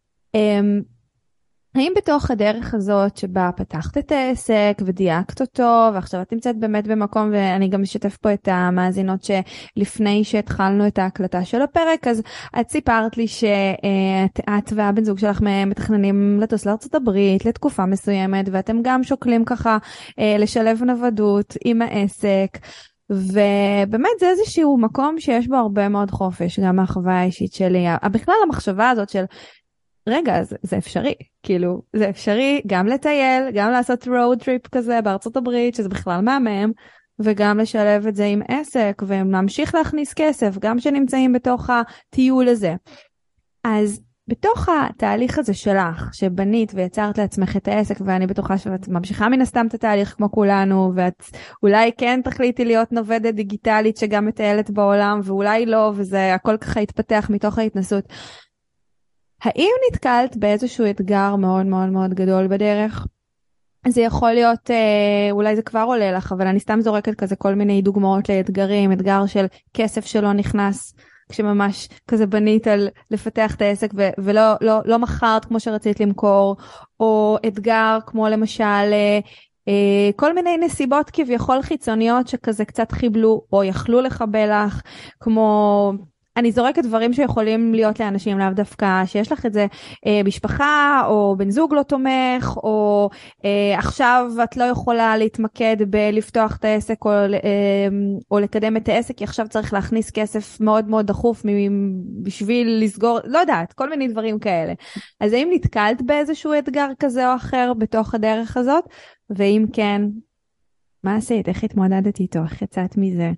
האם בתוך הדרך הזאת שבה פתחת את העסק ודייקת אותו, ועכשיו את נמצאת באמת במקום, ואני גם משתף פה את המאזינות שלפני שהתחלנו את ההקלטה של הפרק, אז את סיפרת לי שאת והבן זוג שלך מתכננים לטוס לארצות הברית לתקופה מסוימת, ואתם גם שוקלים ככה לשלב נוודות עם העסק, ובאמת זה איזשהו מקום שיש בו הרבה מאוד חופש, גם מהחוויה האישית שלי, בכלל המחשבה הזאת של רגע, זה אפשרי, כאילו, זה אפשרי גם לטייל, גם לעשות road trip כזה בארצות הברית, שזה בכלל מהמם, וגם לשלב את זה עם עסק, ולהמשיך להכניס כסף, גם שנמצאים בתוך הטיול הזה. אז בתוך התהליך הזה שלך, שבנית ויצרת לעצמך את העסק, ואני בטוחה שאת ממשיכה מן הסתם את התהליך כמו כולנו, ואת אולי כן תחליטי להיות נוודת דיגיטלית שגם מטיילת בעולם, ואולי לא, וזה הכל ככה יתפתח מתוך ההתנסות. האם נתקלת באיזשהו אתגר מאוד מאוד מאוד גדול בדרך? זה יכול להיות, אולי זה כבר עולה לך, אבל אני סתם זורקת כזה כל מיני דוגמאות לאתגרים, אתגר של כסף שלא נכנס, כשממש כזה בנית על לפתח את העסק ולא מכרת כמו שרצית למכור, או אתגר כמו למשל כל מיני נסיבות כביכול חיצוניות שכזה קצת חיבלו או יכלו לחבל לך, כמו אני זורקת דברים שיכולים להיות לאנשים לאו דווקא, שיש לך את זה משפחה, או בן זוג לא תומך, או עכשיו את לא יכולה להתמקד בלפתוח את העסק, או לקדם את העסק, כי עכשיו צריך להכניס כסף מאוד מאוד דחוף בשביל לסגור, לא יודעת, כל מיני דברים כאלה. אז האם נתקלת באיזשהו אתגר כזה או אחר בתוך הדרך הזאת? ואם כן, מה עשית? איך התמודדת איתו? איך יצאת מזה?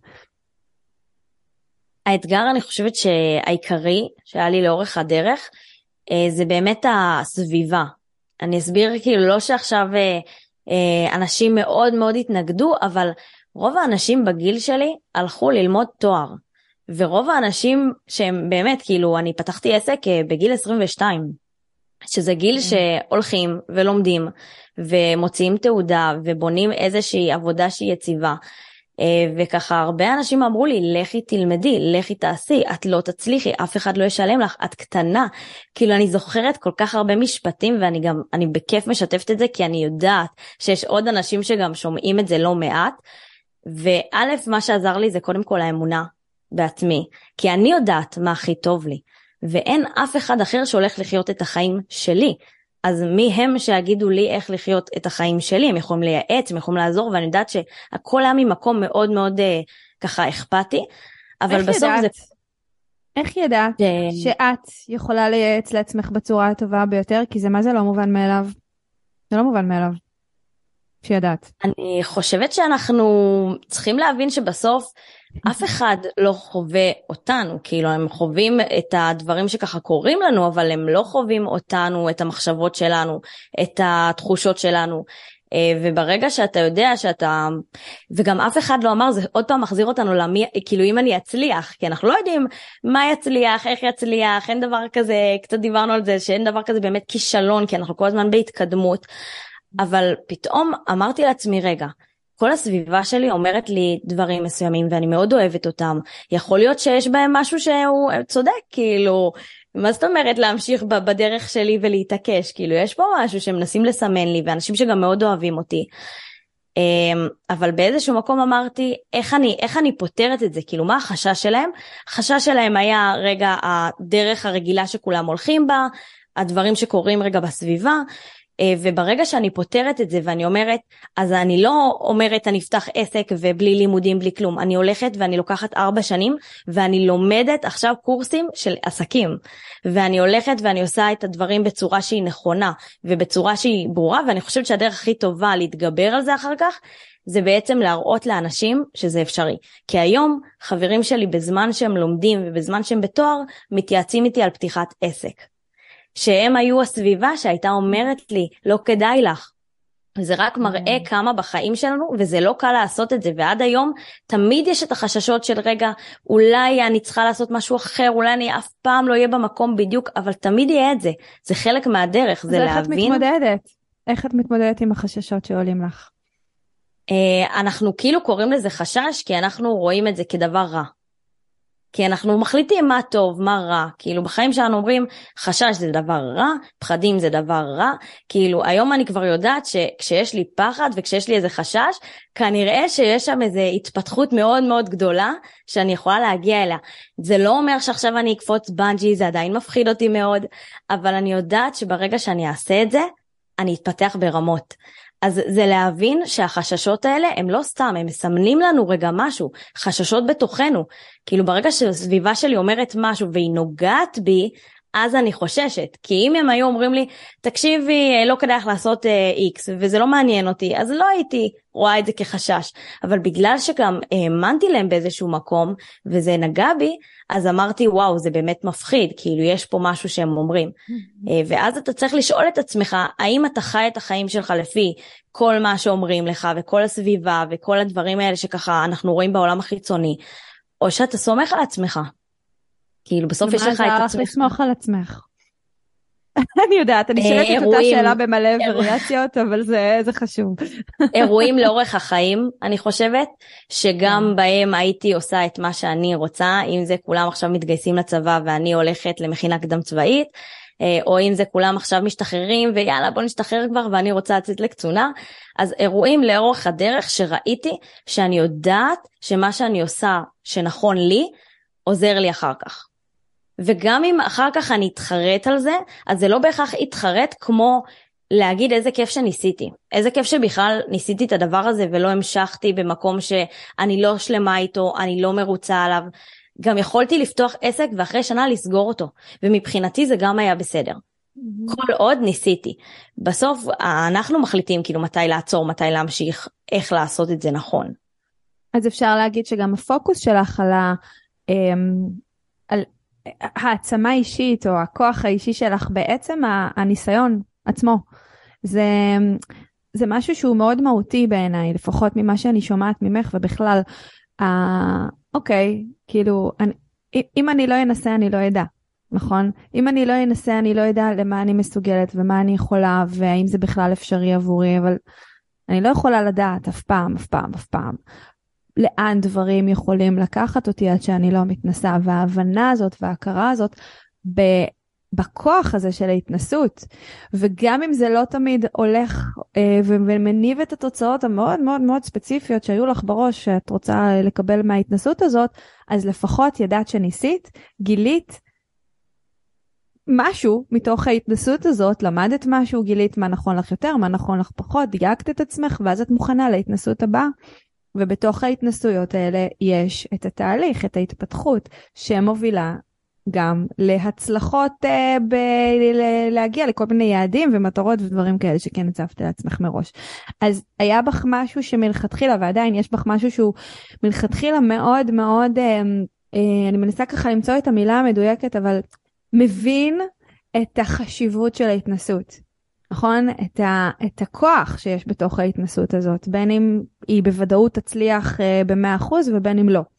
האתגר, אני חושבת שהעיקרי שהיה לי לאורך הדרך, זה באמת הסביבה. אני אסביר כאילו לא שעכשיו אנשים מאוד מאוד התנגדו, אבל רוב האנשים בגיל שלי הלכו ללמוד תואר. ורוב האנשים שהם באמת, כאילו אני פתחתי עסק בגיל 22, שזה גיל שהולכים ולומדים ומוציאים תעודה ובונים איזושהי עבודה שהיא יציבה. וככה הרבה אנשים אמרו לי, לכי תלמדי, לכי תעשי, את לא תצליחי, אף אחד לא ישלם לך, את קטנה. כאילו אני זוכרת כל כך הרבה משפטים, ואני בכיף משתפת את זה, כי אני יודעת שיש עוד אנשים שגם שומעים את זה לא מעט, וא' מה שעזר לי זה קודם כל האמונה בעצמי, כי אני יודעת מה הכי טוב לי, ואין אף אחד אחר שהולך לחיות את החיים שלי. אז מי הם שיגידו לי איך לחיות את החיים שלי? הם יכולים לייעץ, הם יכולים לעזור, ואני יודעת שהכל היה ממקום מאוד מאוד ככה אכפתי, אבל בסוף זה... איך ידעת שאת יכולה לייעץ לעצמך בצורה הטובה ביותר? כי זה מה זה לא מובן מאליו? זה לא מובן מאליו. שידעת. אני חושבת שאנחנו צריכים להבין שבסוף אף אחד לא חווה אותנו, כאילו הם חווים את הדברים שככה קורים לנו, אבל הם לא חווים אותנו, את המחשבות שלנו, את התחושות שלנו. וברגע שאתה יודע שאתה, וגם אף אחד לא אמר, זה עוד פעם מחזיר אותנו למי, כאילו אם אני אצליח, כי אנחנו לא יודעים מה יצליח, איך יצליח, אין דבר כזה, קצת דיברנו על זה, שאין דבר כזה באמת כישלון, כי אנחנו כל הזמן בהתקדמות, אבל פתאום אמרתי לעצמי, רגע, כל הסביבה שלי אומרת לי דברים מסוימים, ואני מאוד אוהבת אותם, יכול להיות שיש בהם משהו שהוא צודק, כאילו, מה זאת אומרת להמשיך בדרך שלי ולהתעקש, כאילו יש פה משהו שמנסים לסמן לי, ואנשים שגם מאוד אוהבים אותי, אבל באיזשהו מקום אמרתי, איך אני פותרת את זה, כאילו מה החשש שלהם? החשש שלהם היה רגע הדרך הרגילה שכולם הולכים בה, הדברים שקורים רגע בסביבה, וברגע שאני פותרת את זה ואני אומרת, אז אני לא אומרת אני אפתח עסק ובלי לימודים, בלי כלום, אני הולכת ואני לוקחת 4 שנים ואני לומדת עכשיו קורסים של עסקים, ואני הולכת ואני עושה את הדברים בצורה שהיא נכונה ובצורה שהיא ברורה, ואני חושבת שהדרך הכי טובה להתגבר על זה אחר כך, זה בעצם להראות לאנשים שזה אפשרי. כי היום חברים שלי בזמן שהם לומדים ובזמן שהם בתואר, מתייעצים איתי על פתיחת עסק. שהם היו הסביבה שהייתה אומרת לי, לא כדאי לך. זה רק מראה כמה בחיים שלנו, וזה לא קל לעשות את זה, ועד היום תמיד יש את החששות של רגע, אולי אני צריכה לעשות משהו אחר, אולי אני אף פעם לא אהיה במקום בדיוק, אבל תמיד יהיה את זה. זה חלק מהדרך, זה להבין. איך את מתמודדת? איך את מתמודדת עם החששות שעולים לך? אנחנו כאילו קוראים לזה חשש, כי אנחנו רואים את זה כדבר רע. כי אנחנו מחליטים מה טוב, מה רע, כאילו בחיים שלנו אומרים, חשש זה דבר רע, פחדים זה דבר רע, כאילו היום אני כבר יודעת שכשיש לי פחד וכשיש לי איזה חשש, כנראה שיש שם איזו התפתחות מאוד מאוד גדולה, שאני יכולה להגיע אליה. זה לא אומר שעכשיו אני אקפוץ בנג'י, זה עדיין מפחיד אותי מאוד, אבל אני יודעת שברגע שאני אעשה את זה, אני אתפתח ברמות. אז זה להבין שהחששות האלה הם לא סתם, הם מסמנים לנו רגע משהו, חששות בתוכנו. כאילו ברגע שהסביבה שלי אומרת משהו והיא נוגעת בי, אז אני חוששת. כי אם הם היו אומרים לי, תקשיבי, לא כדאי לך לעשות X, וזה לא מעניין אותי, אז לא הייתי רואה את זה כחשש. אבל בגלל שגם האמנתי להם באיזשהו מקום, וזה נגע בי, אז אמרתי, וואו, זה באמת מפחיד, כאילו יש פה משהו שהם אומרים. ואז אתה צריך לשאול את עצמך, האם אתה חי את החיים שלך לפי כל מה שאומרים לך, וכל הסביבה, וכל הדברים האלה שככה אנחנו רואים בעולם החיצוני, או שאתה סומך על עצמך. כאילו בסוף יש לך את עצמך. מה זה הלך לסמוך על עצמך? אני יודעת, אני שואלת את אותה שאלה במלא וריאציות, אבל זה חשוב. אירועים לאורך החיים, אני חושבת, שגם בהם הייתי עושה את מה שאני רוצה, אם זה כולם עכשיו מתגייסים לצבא ואני הולכת למכינה קדם צבאית, או אם זה כולם עכשיו משתחררים ויאללה בוא נשתחרר כבר ואני רוצה לצאת לקצונה, אז אירועים לאורך הדרך שראיתי שאני יודעת שמה שאני עושה שנכון לי, עוזר לי אחר כך. וגם אם אחר כך אני אתחרט על זה, אז זה לא בהכרח יתחרט כמו להגיד איזה כיף שניסיתי. איזה כיף שבכלל ניסיתי את הדבר הזה ולא המשכתי במקום שאני לא שלמה איתו, אני לא מרוצה עליו. גם יכולתי לפתוח עסק ואחרי שנה לסגור אותו. ומבחינתי זה גם היה בסדר. כל עוד ניסיתי. בסוף אנחנו מחליטים כאילו מתי לעצור, מתי להמשיך, איך לעשות את זה נכון. אז אפשר להגיד שגם הפוקוס שלך על העצמה אישית או הכוח האישי שלך בעצם הניסיון עצמו. זה משהו שהוא מאוד מהותי בעיניי, לפחות ממה שאני שומעת ממך ובכלל, אוקיי, כאילו, אם אני לא אנסה אני לא אדע, נכון? אם אני לא אנסה אני לא אדע למה אני מסוגלת ומה אני יכולה והאם זה בכלל אפשרי עבורי, אבל אני לא יכולה לדעת אף פעם, אף פעם, אף פעם. לאן דברים יכולים לקחת אותי עד שאני לא מתנסה, וההבנה הזאת וההכרה הזאת בכוח הזה של ההתנסות, וגם אם זה לא תמיד הולך ומניב את התוצאות המאוד מאוד מאוד ספציפיות שהיו לך בראש שאת רוצה לקבל מההתנסות הזאת, אז לפחות ידעת שניסית, גילית משהו מתוך ההתנסות הזאת, למדת משהו, גילית מה נכון לך יותר, מה נכון לך פחות, דייקת את עצמך, ואז את מוכנה להתנסות הבאה. ובתוך ההתנסויות האלה יש את התהליך, את ההתפתחות, שמובילה גם להצלחות להגיע לכל מיני יעדים ומטרות ודברים כאלה שכן הצבת לעצמך מראש. אז היה בך משהו שמלכתחילה, ועדיין יש בך משהו שהוא מלכתחילה מאוד מאוד, אני מנסה ככה למצוא את המילה המדויקת, אבל מבין את החשיבות של ההתנסות. נכון? את הכוח שיש בתוך ההתנסות הזאת, בין אם היא בוודאות תצליח ב100% ובין אם לא.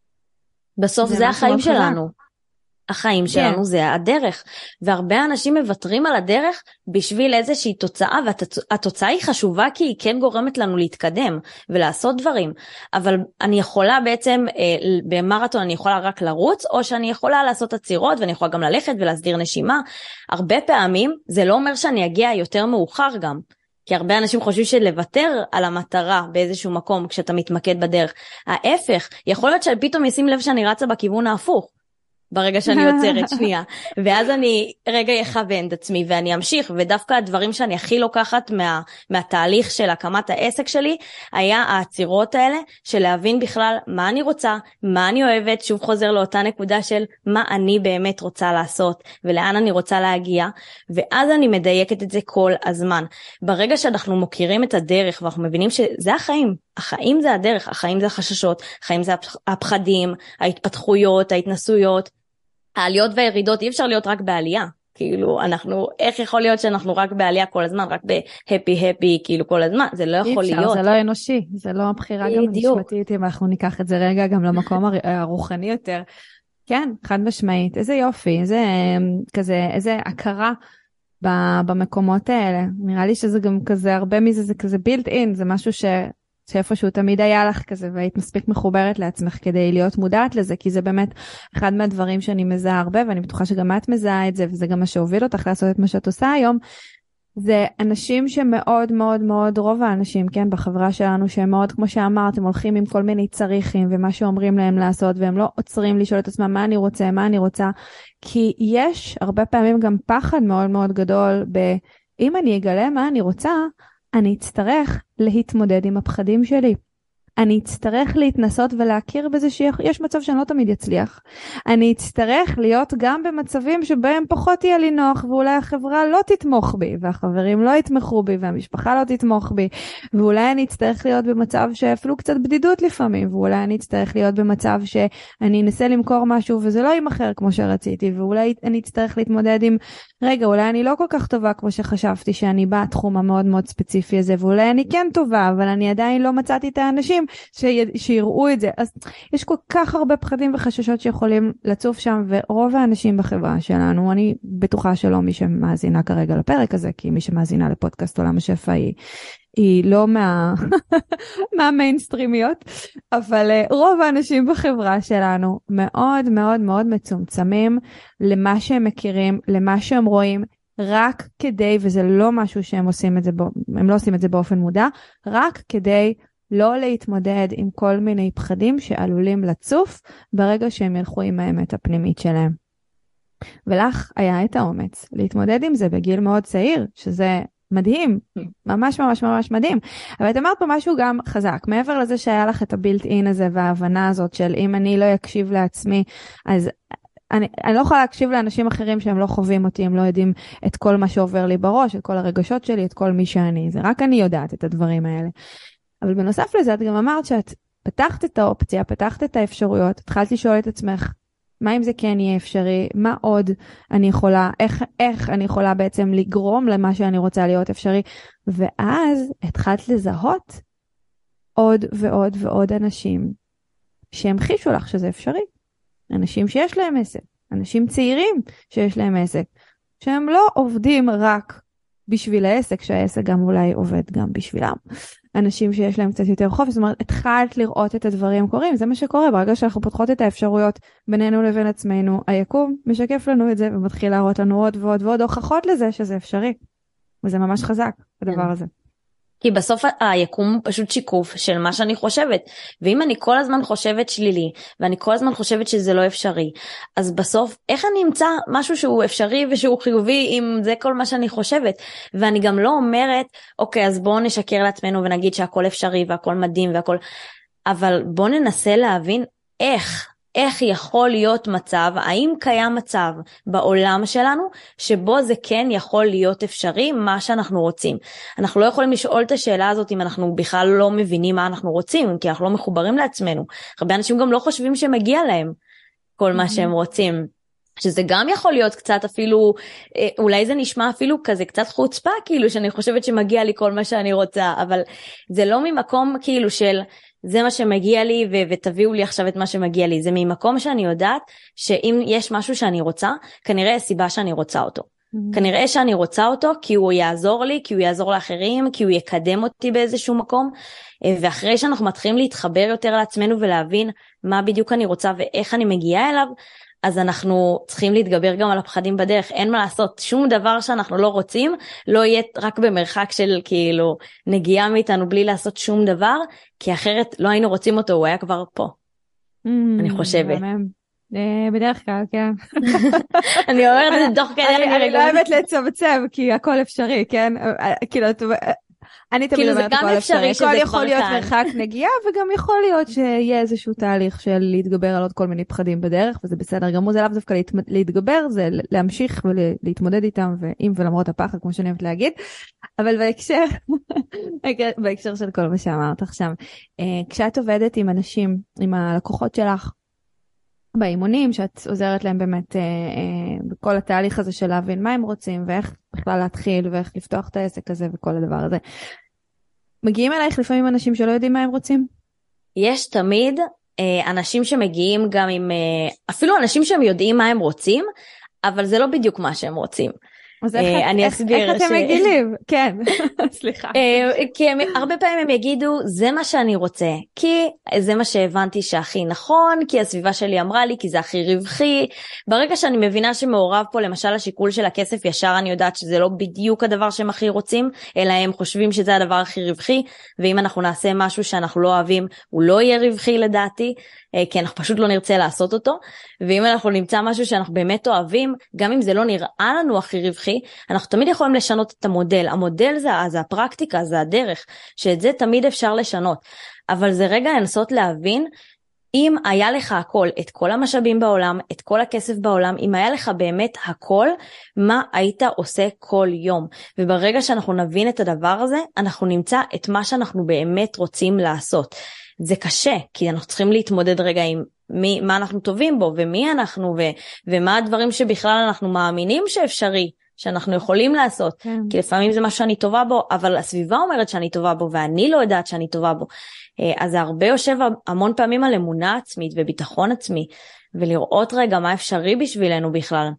בסוף זה החיים שלנו. החיים שלנו זה הדרך, והרבה אנשים מוותרים על הדרך בשביל איזושהי תוצאה, והתוצאה היא חשובה כי היא כן גורמת לנו להתקדם ולעשות דברים, אבל אני יכולה בעצם, במרתון אני יכולה רק לרוץ, או שאני יכולה לעשות עצירות, ואני יכולה גם ללכת ולהסדיר נשימה. הרבה פעמים זה לא אומר שאני אגיע יותר מאוחר גם, כי הרבה אנשים חושבים שלוותר על המטרה באיזשהו מקום כשאתה מתמקד בדרך. ההפך, יכול להיות שפתאום ישים לב שאני רצה בכיוון ההפוך, ברגע שאני עוצרת שנייה, ואז אני רגע יכוון את עצמי ואני אמשיך, ודווקא הדברים שאני הכי לוקחת מהתהליך של הקמת העסק שלי, היה העצירות האלה של להבין בכלל מה אני רוצה, מה אני אוהבת, שוב חוזר לאותה נקודה של מה אני באמת רוצה לעשות, ולאן אני רוצה להגיע, ואז אני מדייקת את זה כל הזמן. ברגע שאנחנו מוכירים את הדרך, ואנחנו מבינים שזה החיים, החיים זה הדרך, החיים זה החששות, החיים זה הפחדים, ההתפתחויות, ההתנסויות, העליות והירידות. אי אפשר להיות רק בעלייה, כאילו איך יכול להיות שאנחנו רק בעלייה כל הזמן, רק בהפי כאילו כל הזמן, זה לא יכול להיות. אי אפשר, זה לא אנושי, זה לא הבחירה גם נשמתית, אם אנחנו ניקח את זה רגע גם למקום הרוחני יותר. כן, חד משמעית, איזה יופי, איזה הכרה במקומות האלה. נראה לי שזה גם כזה, הרבה מזה זה כזה built in, זה משהו שאיפשהו תמיד היה לך כזה, והיית מספיק מחוברת לעצמך כדי להיות מודעת לזה, כי זה באמת אחד מהדברים שאני מזהה הרבה, ואני בטוחה שגם את מזהה את זה, וזה גם מה שהוביל אותך לעשות את מה שאת עושה היום, זה אנשים שמאוד מאוד מאוד, רוב האנשים, כן, בחברה שלנו, שהם מאוד, כמו שאמרת, הם הולכים עם כל מיני צריכים, ומה שאומרים להם לעשות, והם לא עוצרים לשאול את עצמם מה אני רוצה, כי יש הרבה פעמים גם פחד מאוד מאוד גדול, אם אני אגלה מה אני רוצה, אני אצטרך להתמודד עם הפחדים שלי. אני אצטרך להתנסות ולהכיר בזה שיש מצב שאני לא תמיד יצליח. אני אצטרך להיות גם במצבים שבהם פחות יהיה לי נוח, ואולי החברה לא תתמוך בי, והחברים לא יתמכו בי, והמשפחה לא תתמוך בי, ואולי אני אצטרך להיות במצב שאפילו קצת בדידות לפעמים, ואולי אני אצטרך להיות במצב שאני אנסה למכור משהו וזה לא ימכר כמו שרציתי, ואולי אני אצטרך להתמודד עם, רגע, אולי אני לא כל כך טובה כמו שחשבתי שאני בתחום המאוד מאוד ספציפי הזה, ואולי אני כן טובה, אבל אני עדיין לא מצאתי את האנשים שיראו את זה. אז יש כל כך הרבה פחדים וחששות שיכולים לצוף שם, ורוב האנשים בחברה שלנו, אני בטוחה שלא מי שמאזינה כרגע לפרק הזה, כי מי שמאזינה לפודקאסט עולם השפע היא לא מהמיינסטרימיות, אבל רוב האנשים בחברה שלנו מאוד מאוד מאוד מצומצמים למה שהם מכירים, למה שהם רואים, רק כדי, וזה לא משהו שהם עושים את זה, הם לא עושים את זה באופן מודע, רק כדי לא להתמודד עם כל מיני פחדים שעלולים לצוף ברגע שהם ילכו עם האמת הפנימית שלהם. ולך היה את האומץ להתמודד עם זה בגיל מאוד צעיר, שזה מדהים, ממש ממש ממש מדהים. אבל את אמרת פה משהו גם חזק, מעבר לזה שהיה לך את הבילט אין הזה וההבנה הזאת של אם אני לא אקשיב לעצמי, אז אני לא יכולה להקשיב לאנשים אחרים שהם לא חווים אותי, הם לא יודעים את כל מה שעובר לי בראש, את כל הרגשות שלי, את כל מי שאני, זה רק אני יודעת את הדברים האלה. אבל בנוסף לזה, את גם אמרת שאת פתחת את האופציה, פתחת את האפשרויות, התחלת לשאול את עצמך, מה אם זה כן יהיה אפשרי, מה עוד אני יכולה, איך אני יכולה בעצם לגרום למה שאני רוצה להיות אפשרי, ואז התחלת לזהות עוד ועוד ועוד אנשים שהמחישו לך שזה אפשרי. אנשים שיש להם עסק, אנשים צעירים שיש להם עסק, שהם לא עובדים רק בשביל העסק, שהעסק גם אולי עובד גם בשבילם. אנשים שיש להם קצת יותר חופש, זאת אומרת, התחלת לראות את הדברים קורים, זה מה שקורה, ברגע שאנחנו פותחות את האפשרויות בינינו לבין עצמנו, היקום משקף לנו את זה, ומתחיל להראות לנו עוד ועוד ועוד הוכחות לזה שזה אפשרי. וזה ממש חזק, הדבר הזה. כי בסוף היקום הוא פשוט שיקוף של מה שאני חושבת, ואם אני כל הזמן חושבת שלילי, ואני כל הזמן חושבת שזה לא אפשרי, אז בסוף איך אני אמצא משהו שהוא אפשרי ושהוא חיובי אם זה כל מה שאני חושבת? ואני גם לא אומרת, אוקיי, אז בואו נשקר לעצמנו ונגיד שהכל אפשרי והכל מדהים והכל, אבל בואו ננסה להבין איך יכול להיות מצב, האם קיים מצב בעולם שלנו שבו זה כן יכול להיות אפשרי מה שאנחנו רוצים. אנחנו לא יכולים לשאול את השאלה הזאת אם אנחנו בכלל לא מבינים מה אנחנו רוצים, כי אנחנו לא מחוברים לעצמנו. הרבה אנשים גם לא חושבים שמגיע להם כל מה שהם רוצים. שזה גם יכול להיות קצת אפילו, אולי זה נשמע אפילו כזה קצת חוצפה, כאילו שאני חושבת שמגיע לי כל מה שאני רוצה, אבל זה לא ממקום כאילו של זה מה שמגיע לי ותביאו לי עכשיו את מה שמגיע לי, זה ממקום שאני יודעת שאם יש משהו שאני רוצה, כנראה יש סיבה שאני רוצה אותו. כנראה שאני רוצה אותו כי הוא יעזור לי, כי הוא יעזור לאחרים, כי הוא יקדם אותי באיזשהו מקום, ואחרי שאנחנו מתחילים להתחבר יותר לעצמנו ולהבין מה בדיוק אני רוצה ואיך אני מגיעה אליו, אז אנחנו צריכים להתגבר גם על הפחדים בדרך, אין מה לעשות, שום דבר שאנחנו לא רוצים, לא יהיה רק במרחק של כאילו נגיעה מאיתנו בלי לעשות שום דבר, כי אחרת לא היינו רוצים אותו, הוא היה כבר פה, אני חושבת. בדרך כלל, כן. אני אומרת את זה תוך כדי. אני לא אוהבת לצמצם, כי הכל אפשרי, כן? כאילו, אני תמיד אומרת הכל אפשרי, הכל יכול להיות מרחק נגיעה, וגם יכול להיות שיהיה איזשהו תהליך של להתגבר על עוד כל מיני פחדים בדרך, וזה בסדר גמור, זה לאו דווקא להתגבר, זה להמשיך ולהתמודד איתם, ועם ולמרות הפחד, כמו שאני אוהבת להגיד, אבל בהקשר של כל מה שאמרת עכשיו, כשאת עובדת עם אנשים, עם הלקוחות שלך, באימונים, שאת עוזרת להם באמת בכל התהליך הזה של להבין מה הם רוצים, ואיך בכלל להתחיל, ואיך לפתוח את העסק הזה, וכל הדבר הזה. מגיעים אלייך לפעמים אנשים שלא יודעים מה הם רוצים? יש תמיד אנשים שמגיעים גם עם, אפילו אנשים שהם יודעים מה הם רוצים, אבל זה לא בדיוק מה שהם רוצים. אז איך אתם מגילים? כן, סליחה. כי הרבה פעמים הם יגידו, זה מה שאני רוצה, כי זה מה שהבנתי שהכי נכון, כי הסביבה שלי אמרה לי, כי זה הכי רווחי. ברגע שאני מבינה שמעורב פה, למשל השיקול של הכסף, ישר אני יודעת שזה לא בדיוק הדבר שהם הכי רוצים, אלא הם חושבים שזה הדבר הכי רווחי, ואם אנחנו נעשה משהו שאנחנו לא אוהבים, הוא לא יהיה רווחי לדעתי, כי אנחנו פשוט לא נרצה לעשות אותו, ואם אנחנו נמצא משהו שאנחנו באמת אוהבים, גם אם זה לא נראה לנו הכי רווחי, אנחנו תמיד יכולים לשנות את המודל. המודל זה הפרקטיקה, זה הדרך, שאת זה תמיד אפשר לשנות. אבל זה רגע לנסות להבין, אם היה לך הכל, את כל המשאבים בעולם, את כל הכסף בעולם, אם היה לך באמת הכל, מה היית עושה כל יום? וברגע שאנחנו נבין את הדבר הזה, אנחנו נמצא את מה שאנחנו באמת רוצים לעשות. זה קשה, כי אנחנו צריכים להתמודד רגע עם מה אנחנו טובים בו, ומי אנחנו, ומה הדברים שבכלל אנחנו מאמינים שאפשרי, שאנחנו יכולים לעשות, כי לפעמים זה מה שאני טובה בו, אבל הסביבה אומרת שאני טובה בו, ואני לא יודעת שאני טובה בו. אז זה הרבה יושב המון פעמים על אמונה עצמית וביטחון עצמי, ולראות רגע מה אפשרי בשבילנו בכלל.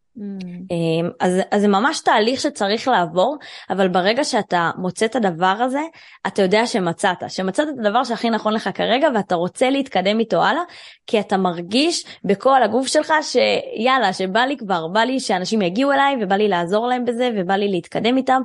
אז זה ממש תהליך שצריך לעבור, אבל ברגע שאתה מוצא את הדבר הזה, אתה יודע שמצאת את הדבר שהכי נכון לך כרגע, ואתה רוצה להתקדם איתו הלאה, כי אתה מרגיש בכל הגוף שלך שיאללה, שבא לי כבר, בא לי שאנשים יגיעו אליי, ובא לי לעזור להם בזה, ובא לי להתקדם איתם,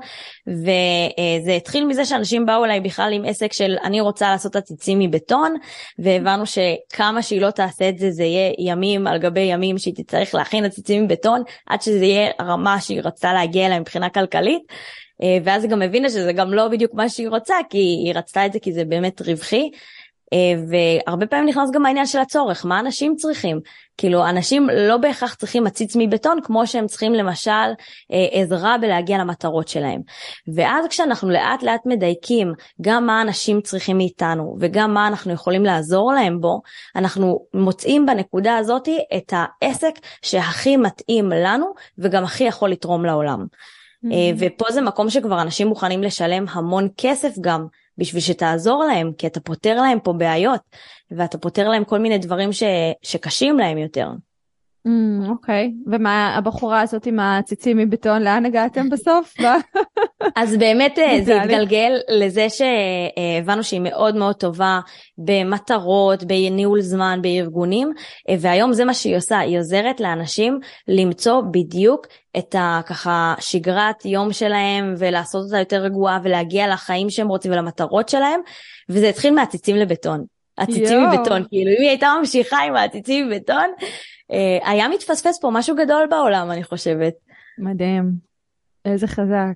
וזה התחיל מזה שאנשים באו אליי בכלל עם עסק של אני רוצה לעשות עציצים מבטון, והבנו שכמה שהיא לא תעשה את זה, זה יהיה ימים על גבי ימים שהיא תצטרך להכין עציצים מבטון, עד שזה יהיה הרמה שהיא רצתה להגיע אליה מבחינה כלכלית, ואז היא גם הבינה שזה גם לא בדיוק מה שהיא רוצה, כי היא רצתה את זה כי זה באמת רווחי, והרבה פעמים נכנס גם העניין של הצורך, מה אנשים צריכים? כאילו אנשים לא בהכרח צריכים עציץ מבטון, כמו שהם צריכים למשל עזרה בלהגיע למטרות שלהם. ואז כשאנחנו לאט לאט מדייקים גם מה אנשים צריכים מאיתנו, וגם מה אנחנו יכולים לעזור להם בו, אנחנו מוצאים בנקודה הזאת את העסק שהכי מתאים לנו, וגם הכי יכול לתרום לעולם. ופה זה מקום שכבר אנשים מוכנים לשלם המון כסף גם, בשביל שתעזור להם, כי אתה פותר להם פה בעיות, ואתה פותר להם כל מיני דברים שקשים להם יותר. אוקיי, ומה הבחורה הזאת עם הציצים מבטון, לאן הגעתם בסוף? אז באמת זה התגלגל לזה שהבנו שהיא מאוד מאוד טובה במטרות, בניהול זמן, בארגונים, והיום זה מה שהיא עושה, היא עוזרת לאנשים למצוא בדיוק את ככה שגרת יום שלהם, ולעשות אותה יותר רגועה, ולהגיע לחיים שהם רוצים ולמטרות שלהם, וזה התחיל מהציצים לבטון. הציצים מבטון, כאילו אם היא הייתה ממשיכה עם הציצים מבטון, היה מתפספס פה משהו גדול בעולם, אני חושבת. מדהים. איזה חזק.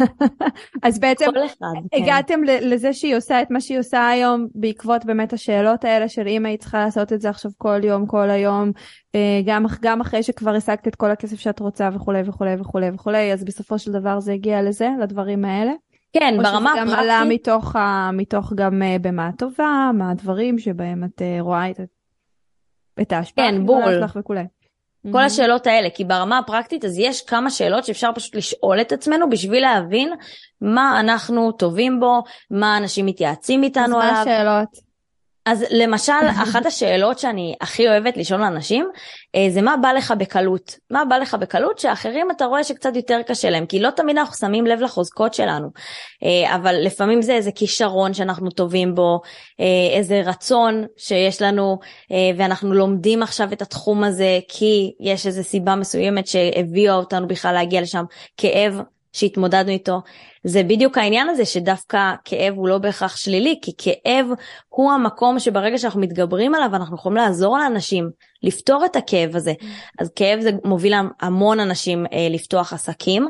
אז בעצם הגעתם לזה שהיא עושה את מה שהיא עושה היום, בעקבות באמת השאלות האלה של אם היית צריכה לעשות את זה עכשיו כל יום, כל היום, גם אחרי שכבר השגת את כל הכסף שאת רוצה וכולי וכולי וכולי וכולי, אז בסופו של דבר זה הגיע לזה, לדברים האלה? כן, ברמה הפרקטית. או שזה גם עלה מתוך גם במה הטובה, מה הדברים שבהם את רואה את ההשפעה. כן, בול. וכולי. כל השאלות האלה, כי ברמה הפרקטית אז יש כמה שאלות שאפשר פשוט לשאול את עצמנו בשביל להבין מה אנחנו טובים בו, מה אנשים מתייעצים איתנו עליו. אז מה השאלות? אז למשל, אחת השאלות שאני הכי אוהבת לשאול לאנשים, זה מה בא לך בקלות? מה בא לך בקלות שאחרים אתה רואה שקצת יותר קשה להם, כי לא תמיד אנחנו שמים לב לחוזקות שלנו, אבל לפעמים זה איזה כישרון שאנחנו טובים בו, איזה רצון שיש לנו, ואנחנו לומדים עכשיו את התחום הזה, כי יש איזו סיבה מסוימת שהביאה אותנו בכלל להגיע לשם, כאב שהתמודדנו איתו. זה בדיוק העניין הזה שדווקא כאב הוא לא בהכרח שלילי, כי כאב הוא המקום שברגע שאנחנו מתגברים עליו, אנחנו יכולים לעזור לאנשים לפתור את הכאב הזה. אז כאב זה מוביל המון אנשים לפתוח עסקים.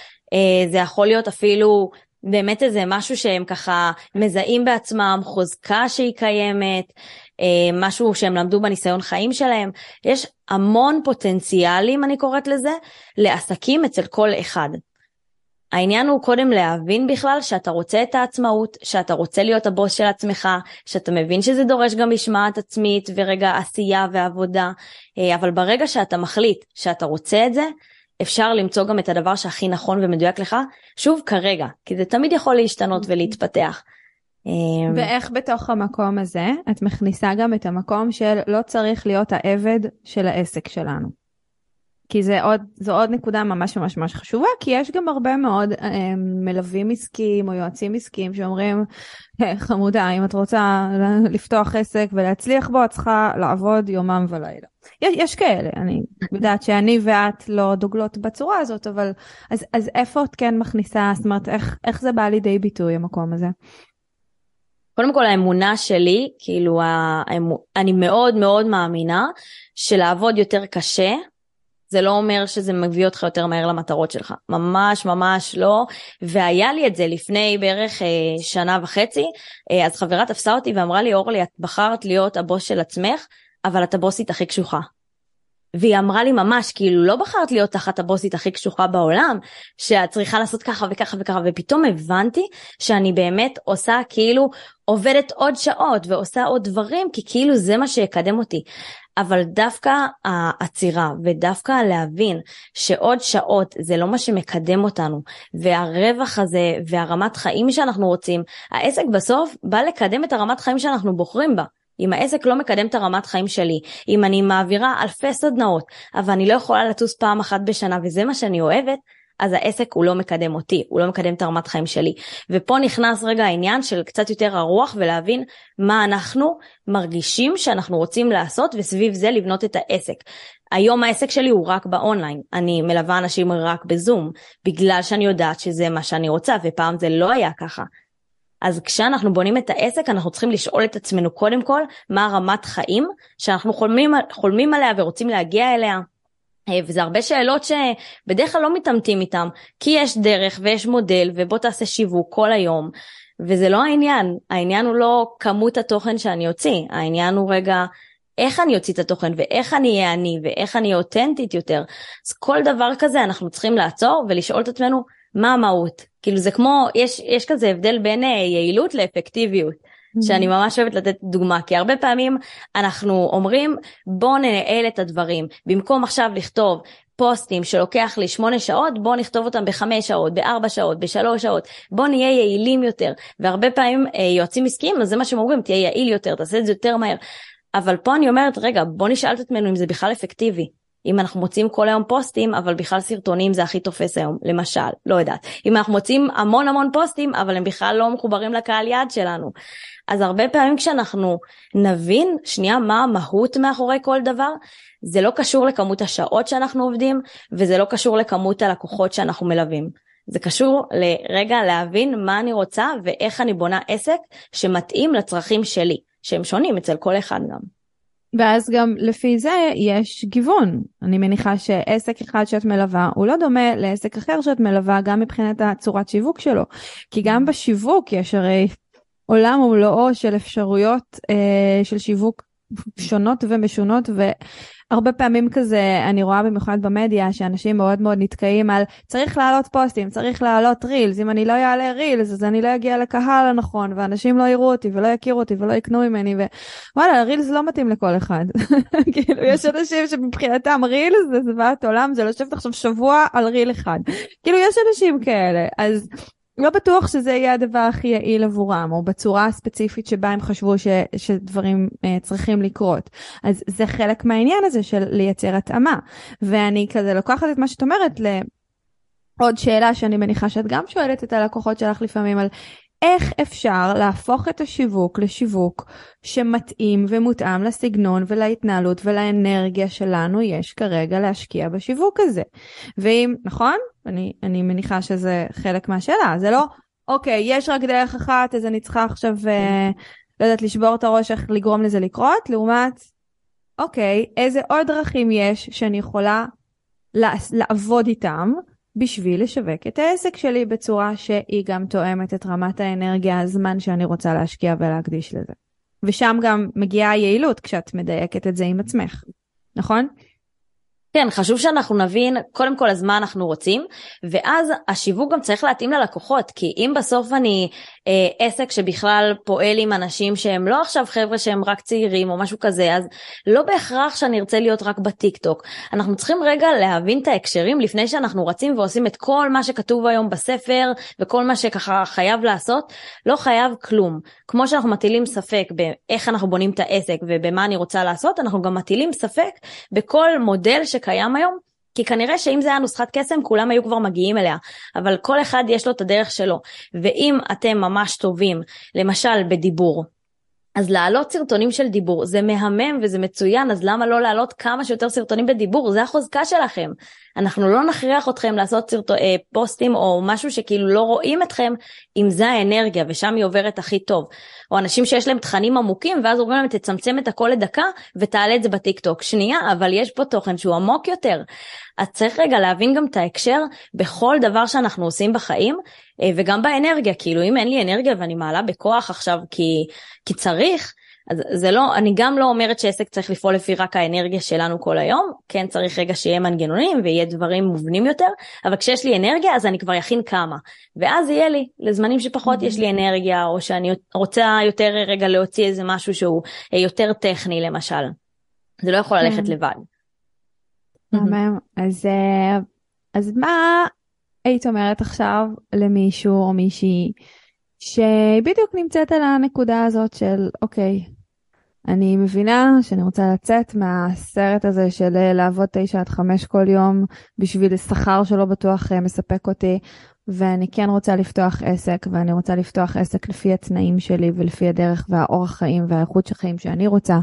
זה יכול להיות אפילו באמת איזה משהו שהם ככה מזהים בעצמם, חוזקה שהיא קיימת, משהו שהם למדו בניסיון חיים שלהם. יש המון פוטנציאלים, אני קוראת לזה, לעסקים אצל כל אחד. העניין הוא קודם להבין בכלל שאתה רוצה את העצמאות, שאתה רוצה להיות הבוס של עצמך, שאתה מבין שזה דורש גם משמעת עצמית ורגע עשייה ועבודה, אבל ברגע שאתה מחליט שאתה רוצה את זה, אפשר למצוא גם את הדבר שהכי נכון ומדויק לך, שוב כרגע, כי זה תמיד יכול להשתנות ולהתפתח. ואיך בתוך המקום הזה את מכניסה גם את המקום של לא צריך להיות העבד של העסק שלנו? כי זו עוד נקודה ממש ממש ממש חשובה, כי יש גם הרבה מאוד מלווים עסקיים או יועצים עסקיים שאומרים, חמודה, אם את רוצה לפתוח עסק ולהצליח בו, את צריכה לעבוד יומם ולילה. יש כאלה, אני יודעת שאני ואת לא דוגלות בצורה הזאת, אבל אז איפה את כן מכניסה, זאת אומרת, איך זה בא לידי ביטוי המקום הזה? קודם כל האמונה שלי, כאילו אני מאוד מאוד מאמינה שלעבוד יותר קשה, זה לא אומר שזה מביא אותך יותר מהר למטרות שלך. ממש ממש לא. והיה לי את זה לפני בערך 1.5 שנה. אז חברה תפסה אותי ואמרה לי, אורלי, את בחרת להיות הבוס של עצמך, אבל את הבוסית הכי קשוחה. והיא אמרה לי ממש, כאילו לא בחרת להיות תחת הבוסית הכי קשוחה בעולם, שאת צריכה לעשות ככה וככה וככה, ופתאום הבנתי שאני באמת עושה כאילו, עובדת עוד שעות ועושה עוד דברים, כי כאילו זה מה שיקדם אותי. אבל דווקא העצירה ודווקא להבין שעוד שעות זה לא מה שמקדם אותנו, והרווח הזה והרמת חיים שאנחנו רוצים, העסק בסוף בא לקדם את הרמת חיים שאנחנו בוחרים בה. אם העסק לא מקדם את הרמת חיים שלי, אם אני מעבירה אלפי סדנאות, אבל אני לא יכולה לטוס פעם אחת בשנה וזה מה שאני אוהבת, אז העסק הוא לא מקדם אותי, הוא לא מקדם את הרמת חיים שלי. ופה נכנס רגע העניין של קצת יותר הרוח ולהבין מה אנחנו מרגישים שאנחנו רוצים לעשות וסביב זה לבנות את העסק. היום העסק שלי הוא רק באונליין, אני מלווה אנשים רק בזום, בגלל שאני יודעת שזה מה שאני רוצה, ופעם זה לא היה ככה. אז כשאנחנו בונים את העסק, אנחנו צריכים לשאול את עצמנו קודם כל, מה רמת חיים שאנחנו חולמים עליה ורוצים להגיע אליה. וזה הרבה שאלות שבדרך כלל לא מתאמתים איתם, כי יש דרך ויש מודל, ובוא תעשה שיווק כל היום, וזה לא העניין. העניין הוא לא כמות התוכן שאני אוציא, העניין הוא רגע איך אני אוציא את התוכן, ואיך אני אהיה אני, ואיך אני אותנטית יותר. אז כל דבר כזה אנחנו צריכים לעצור ולשאול את עצמנו, מה המהות? כאילו זה כמו, יש כזה הבדל בין יעילות לאפקטיביות, שאני ממש אוהבת לתת דוגמה, כי הרבה פעמים אנחנו אומרים, בוא ננהל את הדברים, במקום עכשיו לכתוב פוסטים שלוקח לי 8 שעות, בוא נכתוב אותם ב5 שעות, ב4 שעות, ב3 שעות, בוא נהיה יעילים יותר, והרבה פעמים יועצים עסקיים, אז זה מה שהם אומרים, תהיה יעיל יותר, תעשה את זה יותר מהר, אבל פה אני אומרת, רגע, בוא נשאל את עצמנו אם זה בכלל אפקטיבי, אם אנחנו מוצאים כל היום פוסטים, אבל בכלל סרטונים זה הכי תופס היום, למשל, לא יודעת. אם אנחנו מוצאים המון המון פוסטים, אבל הם בכלל לא מחוברים לקהל יעד שלנו. אז הרבה פעמים כשאנחנו נבין, שנייה, מה המהות מאחורי כל דבר, זה לא קשור לכמות השעות שאנחנו עובדים, וזה לא קשור לכמות הלקוחות שאנחנו מלווים. זה קשור לרגע להבין מה אני רוצה, ואיך אני בונה עסק שמתאים לצרכים שלי, שהם שונים אצל כל אחד גם. ואז גם לפי זה יש גיוון. אני מניחה שעסק אחד שאת מלווה, הוא לא דומה לעסק אחר שאת מלווה, גם מבחינת הצורת שיווק שלו. כי גם בשיווק יש הרי עולם ומלואו של אפשרויות של שיווק שונות ומשונות, והרבה פעמים כזה, אני רואה במיוחד במדיה, שאנשים מאוד מאוד נתקעים על, צריך לעלות פוסטים, צריך לעלות רילס, אם אני לא יעלה רילס, אז אני לא אגיע לקהל הנכון, ואנשים לא יראו אותי, ולא יכירו אותי, ולא יקנו ממני, ווואלה, רילס לא מתאים לכל אחד. כאילו, יש אנשים שמבחינתם רילס, זה זוועת עולם, זה לשבת עכשיו שבוע על ריל אחד. כאילו, יש אנשים כאלה, אז לא בטוח שזה יהיה הדבר הכי יעיל עבורם, או בצורה הספציפית שבה הם חשבו שדברים צריכים לקרות. אז זה חלק מהעניין הזה של לייצר התאמה. ואני כזה לוקחת את מה שאת אומרת לעוד שאלה שאני מניחה שאת גם שואלת את הלקוחות שלך לפעמים על איך אפשר להפוך את השיווק לשיווק שמתאים ומותאם לסגנון ולהתנהלות ולאנרגיה שלנו יש כרגע להשקיע בשיווק הזה. ואם, נכון? אני מניחה שזה חלק מהשאלה. זה לא, אוקיי, יש רק דרך אחת, אז אני צריכה עכשיו, לא יודעת, לשבור את הראש איך לגרום לזה לקרות, לעומת, אוקיי, איזה עוד דרכים יש שאני יכולה לעבוד איתם, בשביל לשווק את העסק שלי בצורה שהיא גם תואמת את רמת האנרגיה, הזמן שאני רוצה להשקיע ולהקדיש לזה. ושם גם מגיעה היעילות כשאת מדייקת את זה עם עצמך, נכון? כן, חשוב שאנחנו נבין קודם כל אז מה אנחנו רוצים, ואז השיווק גם צריך להתאים ללקוחות, כי אם בסוף אני עסק שבכלל פועל עם אנשים שהם לא עכשיו חבר'ה שהם רק צעירים או משהו כזה, אז לא בהכרח שאני ארצה להיות רק בטיק טוק. אנחנו צריכים רגע להבין את ההקשרים לפני שאנחנו רצים ועושים את כל מה שכתוב היום בספר, וכל מה שככה חייב לעשות, לא חייב כלום. כמו שאנחנו מטילים ספק באיך אנחנו בונים את העסק ובמה אני רוצה לעשות, אנחנו גם מטילים ספק בכל מודל שקיים היום, כי כנראה שאם זה היה נוסחת קסם, כולם היו כבר מגיעים אליה, אבל כל אחד יש לו את הדרך שלו, ואם אתם ממש טובים, למשל בדיבור, אז להעלות סרטונים של דיבור, זה מהמם וזה מצוין, אז למה לא להעלות כמה שיותר סרטונים בדיבור? זה החוזקה שלכם. אנחנו לא נכריח אתכם לעשות פוסטים או משהו שכאילו לא רואים אתכם, אם זה האנרגיה ושם היא עוברת הכי טוב. או אנשים שיש להם תכנים עמוקים, ואז אומרים להם תצמצם את הכל לדקה ותעלה את זה בטיק טוק. שנייה, אבל יש פה תוכן שהוא עמוק יותר. אז צריך רגע להבין גם את ההקשר בכל דבר שאנחנו עושים בחיים, וגם באנרגיה, כאילו אם אין לי אנרגיה ואני מעלה בכוח עכשיו כי צריך, אז זה לא, אני גם לא אומרת שעסק צריך לפעול לפי רק האנרגיה שלנו כל היום, כן צריך רגע שיהיה מנגנונים ויהיה דברים מובנים יותר, אבל כשיש לי אנרגיה אז אני כבר יכין כמה, ואז יהיה לי לזמנים שפחות יש לי אנרגיה, או שאני רוצה יותר רגע להוציא איזה משהו שהוא יותר טכני למשל, זה לא יכול ללכת לבד. אז מה היית אומרת עכשיו למישהו או מישהי שבדיוק נמצאת על הנקודה הזאת של אוקיי, אני מבינה שאני רוצה לצאת מהסרט הזה של לעבוד 9-5 כל יום בשביל שכר שלא בטוח מספק אותי, ואני כן רוצה לפתוח עסק, ואני רוצה לפתוח עסק לפי התנאים שלי ולפי הדרך והאורח חיים והאיכות של חיים שאני רוצה.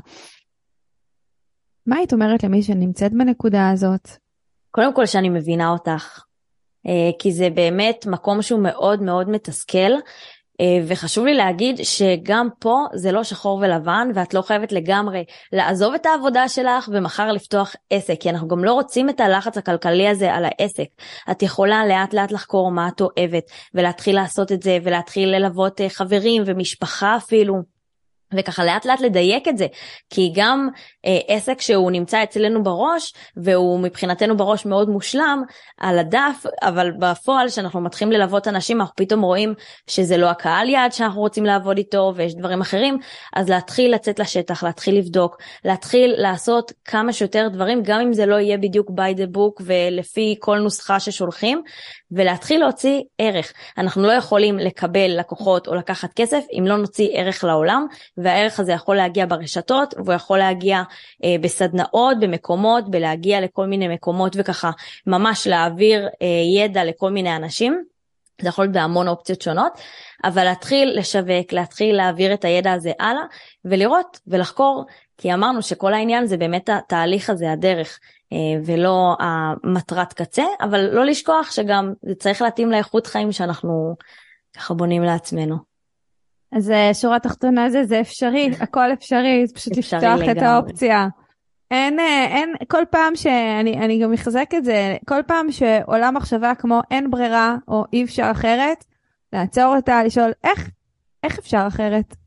מה היית אומרת למי שנמצאת בנקודה הזאת? קודם כל שאני מבינה אותך, כי זה באמת מקום שהוא מאוד מאוד מתסכל, וחשוב לי להגיד שגם פה זה לא שחור ולבן, ואת לא חייבת לגמרי לעזוב את העבודה שלך ומחר לפתוח עסק, כי אנחנו גם לא רוצים את הלחץ הכלכלי הזה על העסק. את יכולה לאט לאט לחקור מה את אוהבת, ולהתחיל לעשות את זה, ולהתחיל ללוות חברים ומשפחה אפילו, וככה לאט לאט לדייק את זה, כי גם עסק שהוא נמצא אצלנו בראש, והוא מבחינתנו בראש מאוד מושלם על הדף, אבל בפועל שאנחנו מתחילים ללוות אנשים, אנחנו פתאום רואים שזה לא הקהל יעד שאנחנו רוצים לעבוד איתו, ויש דברים אחרים, אז להתחיל לצאת לשטח, להתחיל לבדוק, להתחיל לעשות כמה שיותר דברים, גם אם זה לא יהיה בדיוק by the book, ולפי כל נוסחה ששולחים, ולהתחיל להוציא ערך. אנחנו לא יכולים לקבל לקוחות או לקחת כסף, אם לא נוציא ערך לעולם, והערך הזה יכול להגיע ברשתות, והוא יכול להגיע בסדנאות, במקומות, בלהגיע לכל מיני מקומות, וככה ממש להעביר ידע לכל מיני אנשים, זה יכול להיות בהמון אופציות שונות, אבל להתחיל לשווק, להתחיל להעביר את הידע הזה הלאה, ולראות ולחקור, כי אמרנו שכל העניין זה באמת התהליך הזה, הדרך, ולא המטרת קצה, אבל לא לשכוח שגם זה צריך להתאים לאיכות חיים שאנחנו ככה בונים לעצמנו. אז שורה תחתונה זה אפשרי, הכל אפשרי, זה פשוט לפתוח את האופציה. אין, כל פעם שאני גם מחזק את זה, כל פעם שעולה מחשבה כמו אין ברירה או אי אפשר אחרת, לעצור אותה, לשאול איך אפשר אחרת?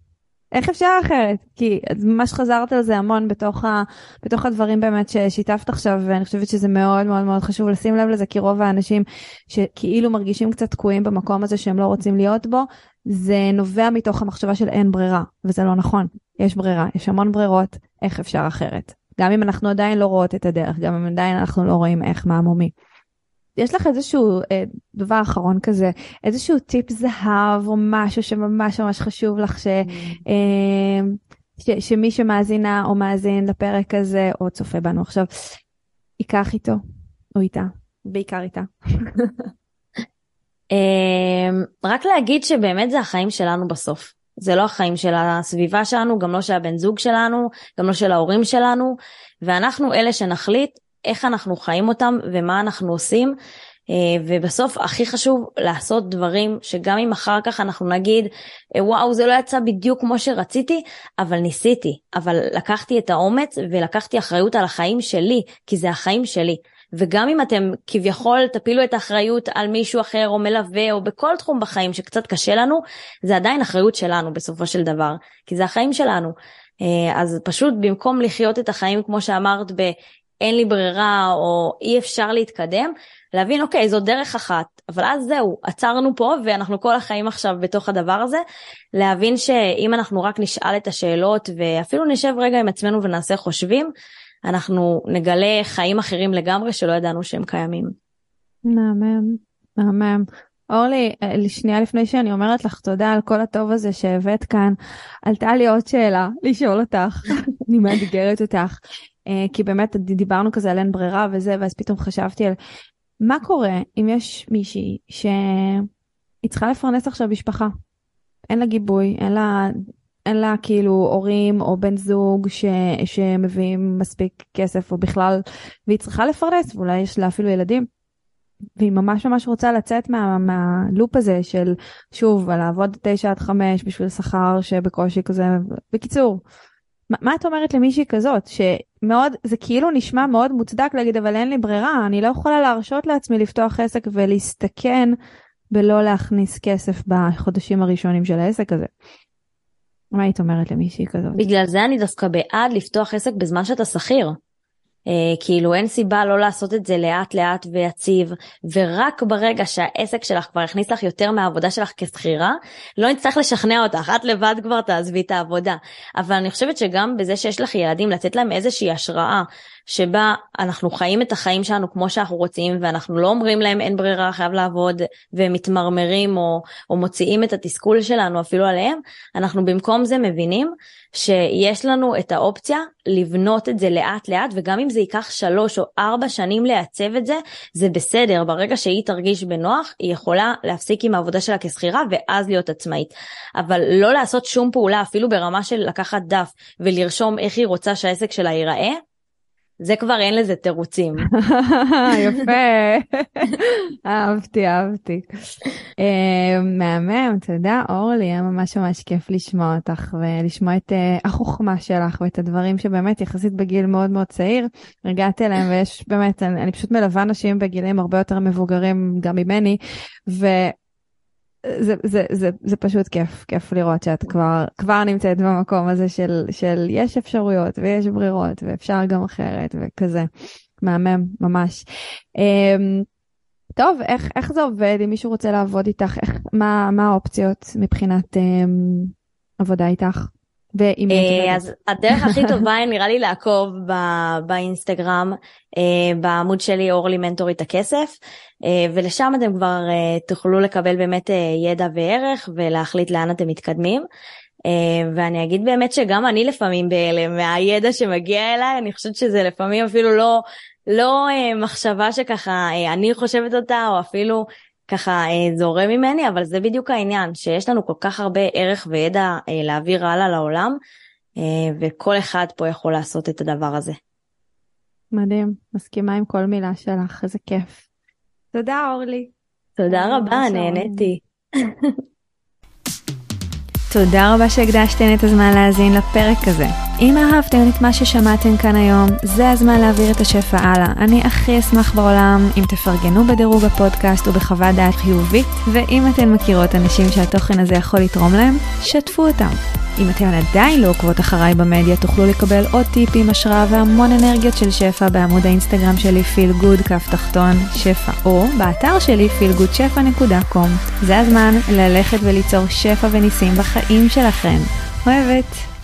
איך אפשר אחרת? כי ממש חזרת על זה המון בתוך הדברים באמת ששיתפת עכשיו, ואני חושבת שזה מאוד מאוד מאוד חשוב לשים לב לזה, כי רוב האנשים שכאילו מרגישים קצת תקועים במקום הזה שהם לא רוצים להיות בו, זה נובע מתוך המחשבה של אין ברירה, וזה לא נכון. יש ברירה, יש המון ברירות, איך אפשר אחרת? גם אם אנחנו עדיין לא רואות את הדרך, גם אם עדיין אנחנו לא רואים איך, מה מומי. יש לך איזשהו דבר אחרון כזה, איזשהו טיפ זהב או משהו שממש ממש חשוב לך שמי שמאזינה או מאזין לפרק הזה או צופה בנו עכשיו, ייקח איתו או איתה, בעיקר איתה. רק להגיד שבאמת זה החיים שלנו בסוף. זה לא החיים של הסביבה שלנו, גם לא של הבן זוג שלנו, גם לא של ההורים שלנו, ואנחנו אלה שנחליט איך אנחנו חיים אותם ומה אנחנו עושים, ובסוף הכי חשוב לעשות דברים שגם אם אחר כך אנחנו נגיד, וואו זה לא יצא בדיוק כמו שרציתי, אבל ניסיתי, אבל לקחתי את האומץ ולקחתי אחריות על החיים שלי, כי זה החיים שלי. וגם אם אתם כביכול תפילו את האחריות על מישהו אחר או מלווה או בכל תחום בחיים שקצת קשה לנו, זה עדיין אחריות שלנו בסופו של דבר, כי זה החיים שלנו. אז פשוט במקום לחיות את החיים כמו שאמרת אין לי ברירה או אי אפשר להתקדם, להבין אוקיי זו דרך אחת, אבל אז זהו, עצרנו פה ואנחנו כל החיים עכשיו בתוך הדבר הזה, להבין שאם אנחנו רק נשאל את השאלות ואפילו נשב רגע עם עצמנו ונעשה חושבים, אנחנו נגלה חיים אחרים לגמרי שלא ידענו שהם קיימים. מהמם. אורלי, שנייה לפני שאני אומרת לך תודה על כל הטוב הזה שהבאת כאן, עלתה לי עוד שאלה לשאול אותך, אני מאתגרת אותך, כי באמת דיברנו כזה על אין ברירה וזה, ואז פתאום חשבתי על מה קורה אם יש מישהי שהיא צריכה לפרנס עכשיו משפחה, אין לה גיבוי, אין לה כאילו הורים או בן זוג שמביאים מספיק כסף או בכלל, והיא צריכה לפרנס, ואולי יש לה אפילו ילדים, והיא ממש ממש רוצה לצאת מהלופ הזה של שוב, לעבוד 9-5 בשביל שכר שבקושי כזה, בקיצור, מה את אומרת למישהי כזאת, שמאוד, זה כאילו נשמע מאוד מוצדק להגיד, אבל אין לי ברירה, אני לא יכולה להרשות לעצמי לפתוח עסק ולהסתכן בלא להכניס כסף בחודשים הראשונים של העסק הזה. מה היית אומרת למישהי כזאת? בגלל זה אני דווקא בעד לפתוח עסק בזמן שאתה שכיר. כאילו אין סיבה לא לעשות את זה לאט לאט ויציב, ורק ברגע שהעסק שלך כבר הכניס לך יותר מהעבודה שלך כשכירה, לא נצטרך לשכנע אותך, את לבד כבר תעזבי את העבודה. אבל אני חושבת שגם בזה שיש לך ילדים, לתת להם איזושהי השראה, שבה אנחנו חיים את החיים שלנו כמו שאנחנו רוצים, ואנחנו לא אומרים להם אין ברירה, חייב לעבוד, ומתמרמרים או מוציאים את התסכול שלנו אפילו עליהם, אנחנו במקום זה מבינים שיש לנו את האופציה לבנות את זה לאט לאט, וגם אם זה ייקח 3 או 4 שנים לעצב את זה, זה בסדר. ברגע שהיא תרגיש בנוח, היא יכולה להפסיק עם העבודה שלה כשכירה ואז להיות עצמאית. אבל לא לעשות שום פעולה, אפילו ברמה של לקחת דף ולרשום איך היא רוצה שהעסק שלה ייראה, זה כבר אין לזה תירוצים. יפה. אהבתי. מהמם, תודה אורלי, היה ממש ממש כיף לשמוע אותך ולשמוע את החוכמה שלך ואת הדברים שבאמת יחסית בגיל מאוד מאוד צעיר הגעת אליהם, ויש באמת, אני פשוט מלווה אנשים בגילים הרבה יותר מבוגרים גם ממני, זה פשוט כיף לראות שאת כבר נמצאת במקום הזה של יש אפשרויות ויש ברירות ואפשר גם אחרת וכזה. מהמם, ממש. טוב, איך זה עובד? אם מישהו רוצה לעבוד איתך, מה האופציות מבחינת עבודה איתך? אז הדרך הכי טובה נראה לי לעקוב באינסטגרם, בעמוד שלי אורלי מנטורית הכסף, ולשם אתם כבר תוכלו לקבל באמת ידע וערך ולהחליט לאן אתם מתקדמים. ואני אגיד באמת שגם אני לפעמים בהלם מהידע שמגיע אליי, אני חושבת שזה לפעמים אפילו לא מחשבה שככה אני חושבת אותה, או אפילו ככה זורם ממני, אבל זה בדיוק העניין, שיש לנו כל כך הרבה ערך וידע להעביר הלאה לעולם, וכל אחד פה יכול לעשות את הדבר הזה. מדהים, מסכימה עם כל מילה שלך, איזה כיף. תודה אורלי. תודה רבה, נהניתי. תודה רבה שהקדשתן את הזמן להאזין לפרק הזה. אם אהבתם את מה ששמעתם כאן היום, זה הזמן להעביר את השפע הלאה. אני הכי אשמח בעולם אם תפרגנו בדירוג הפודקאסט ובחוות דעת חיובית, ואם אתן מכירות אנשים שהתוכן הזה יכול לתרום להם, שתפו אותם. אם אתן עדיין לא עוקבות אחריי במדיה, תוכלו לקבל עוד טיפים, השראה והמון אנרגיות של שפע בעמוד האינסטגרם שלי feelgood_שפע, או באתר שלי feelgoodשפע.com. זה הזמן ללכת וליצור שפע וניסים בחיים שלכם. אוהבת.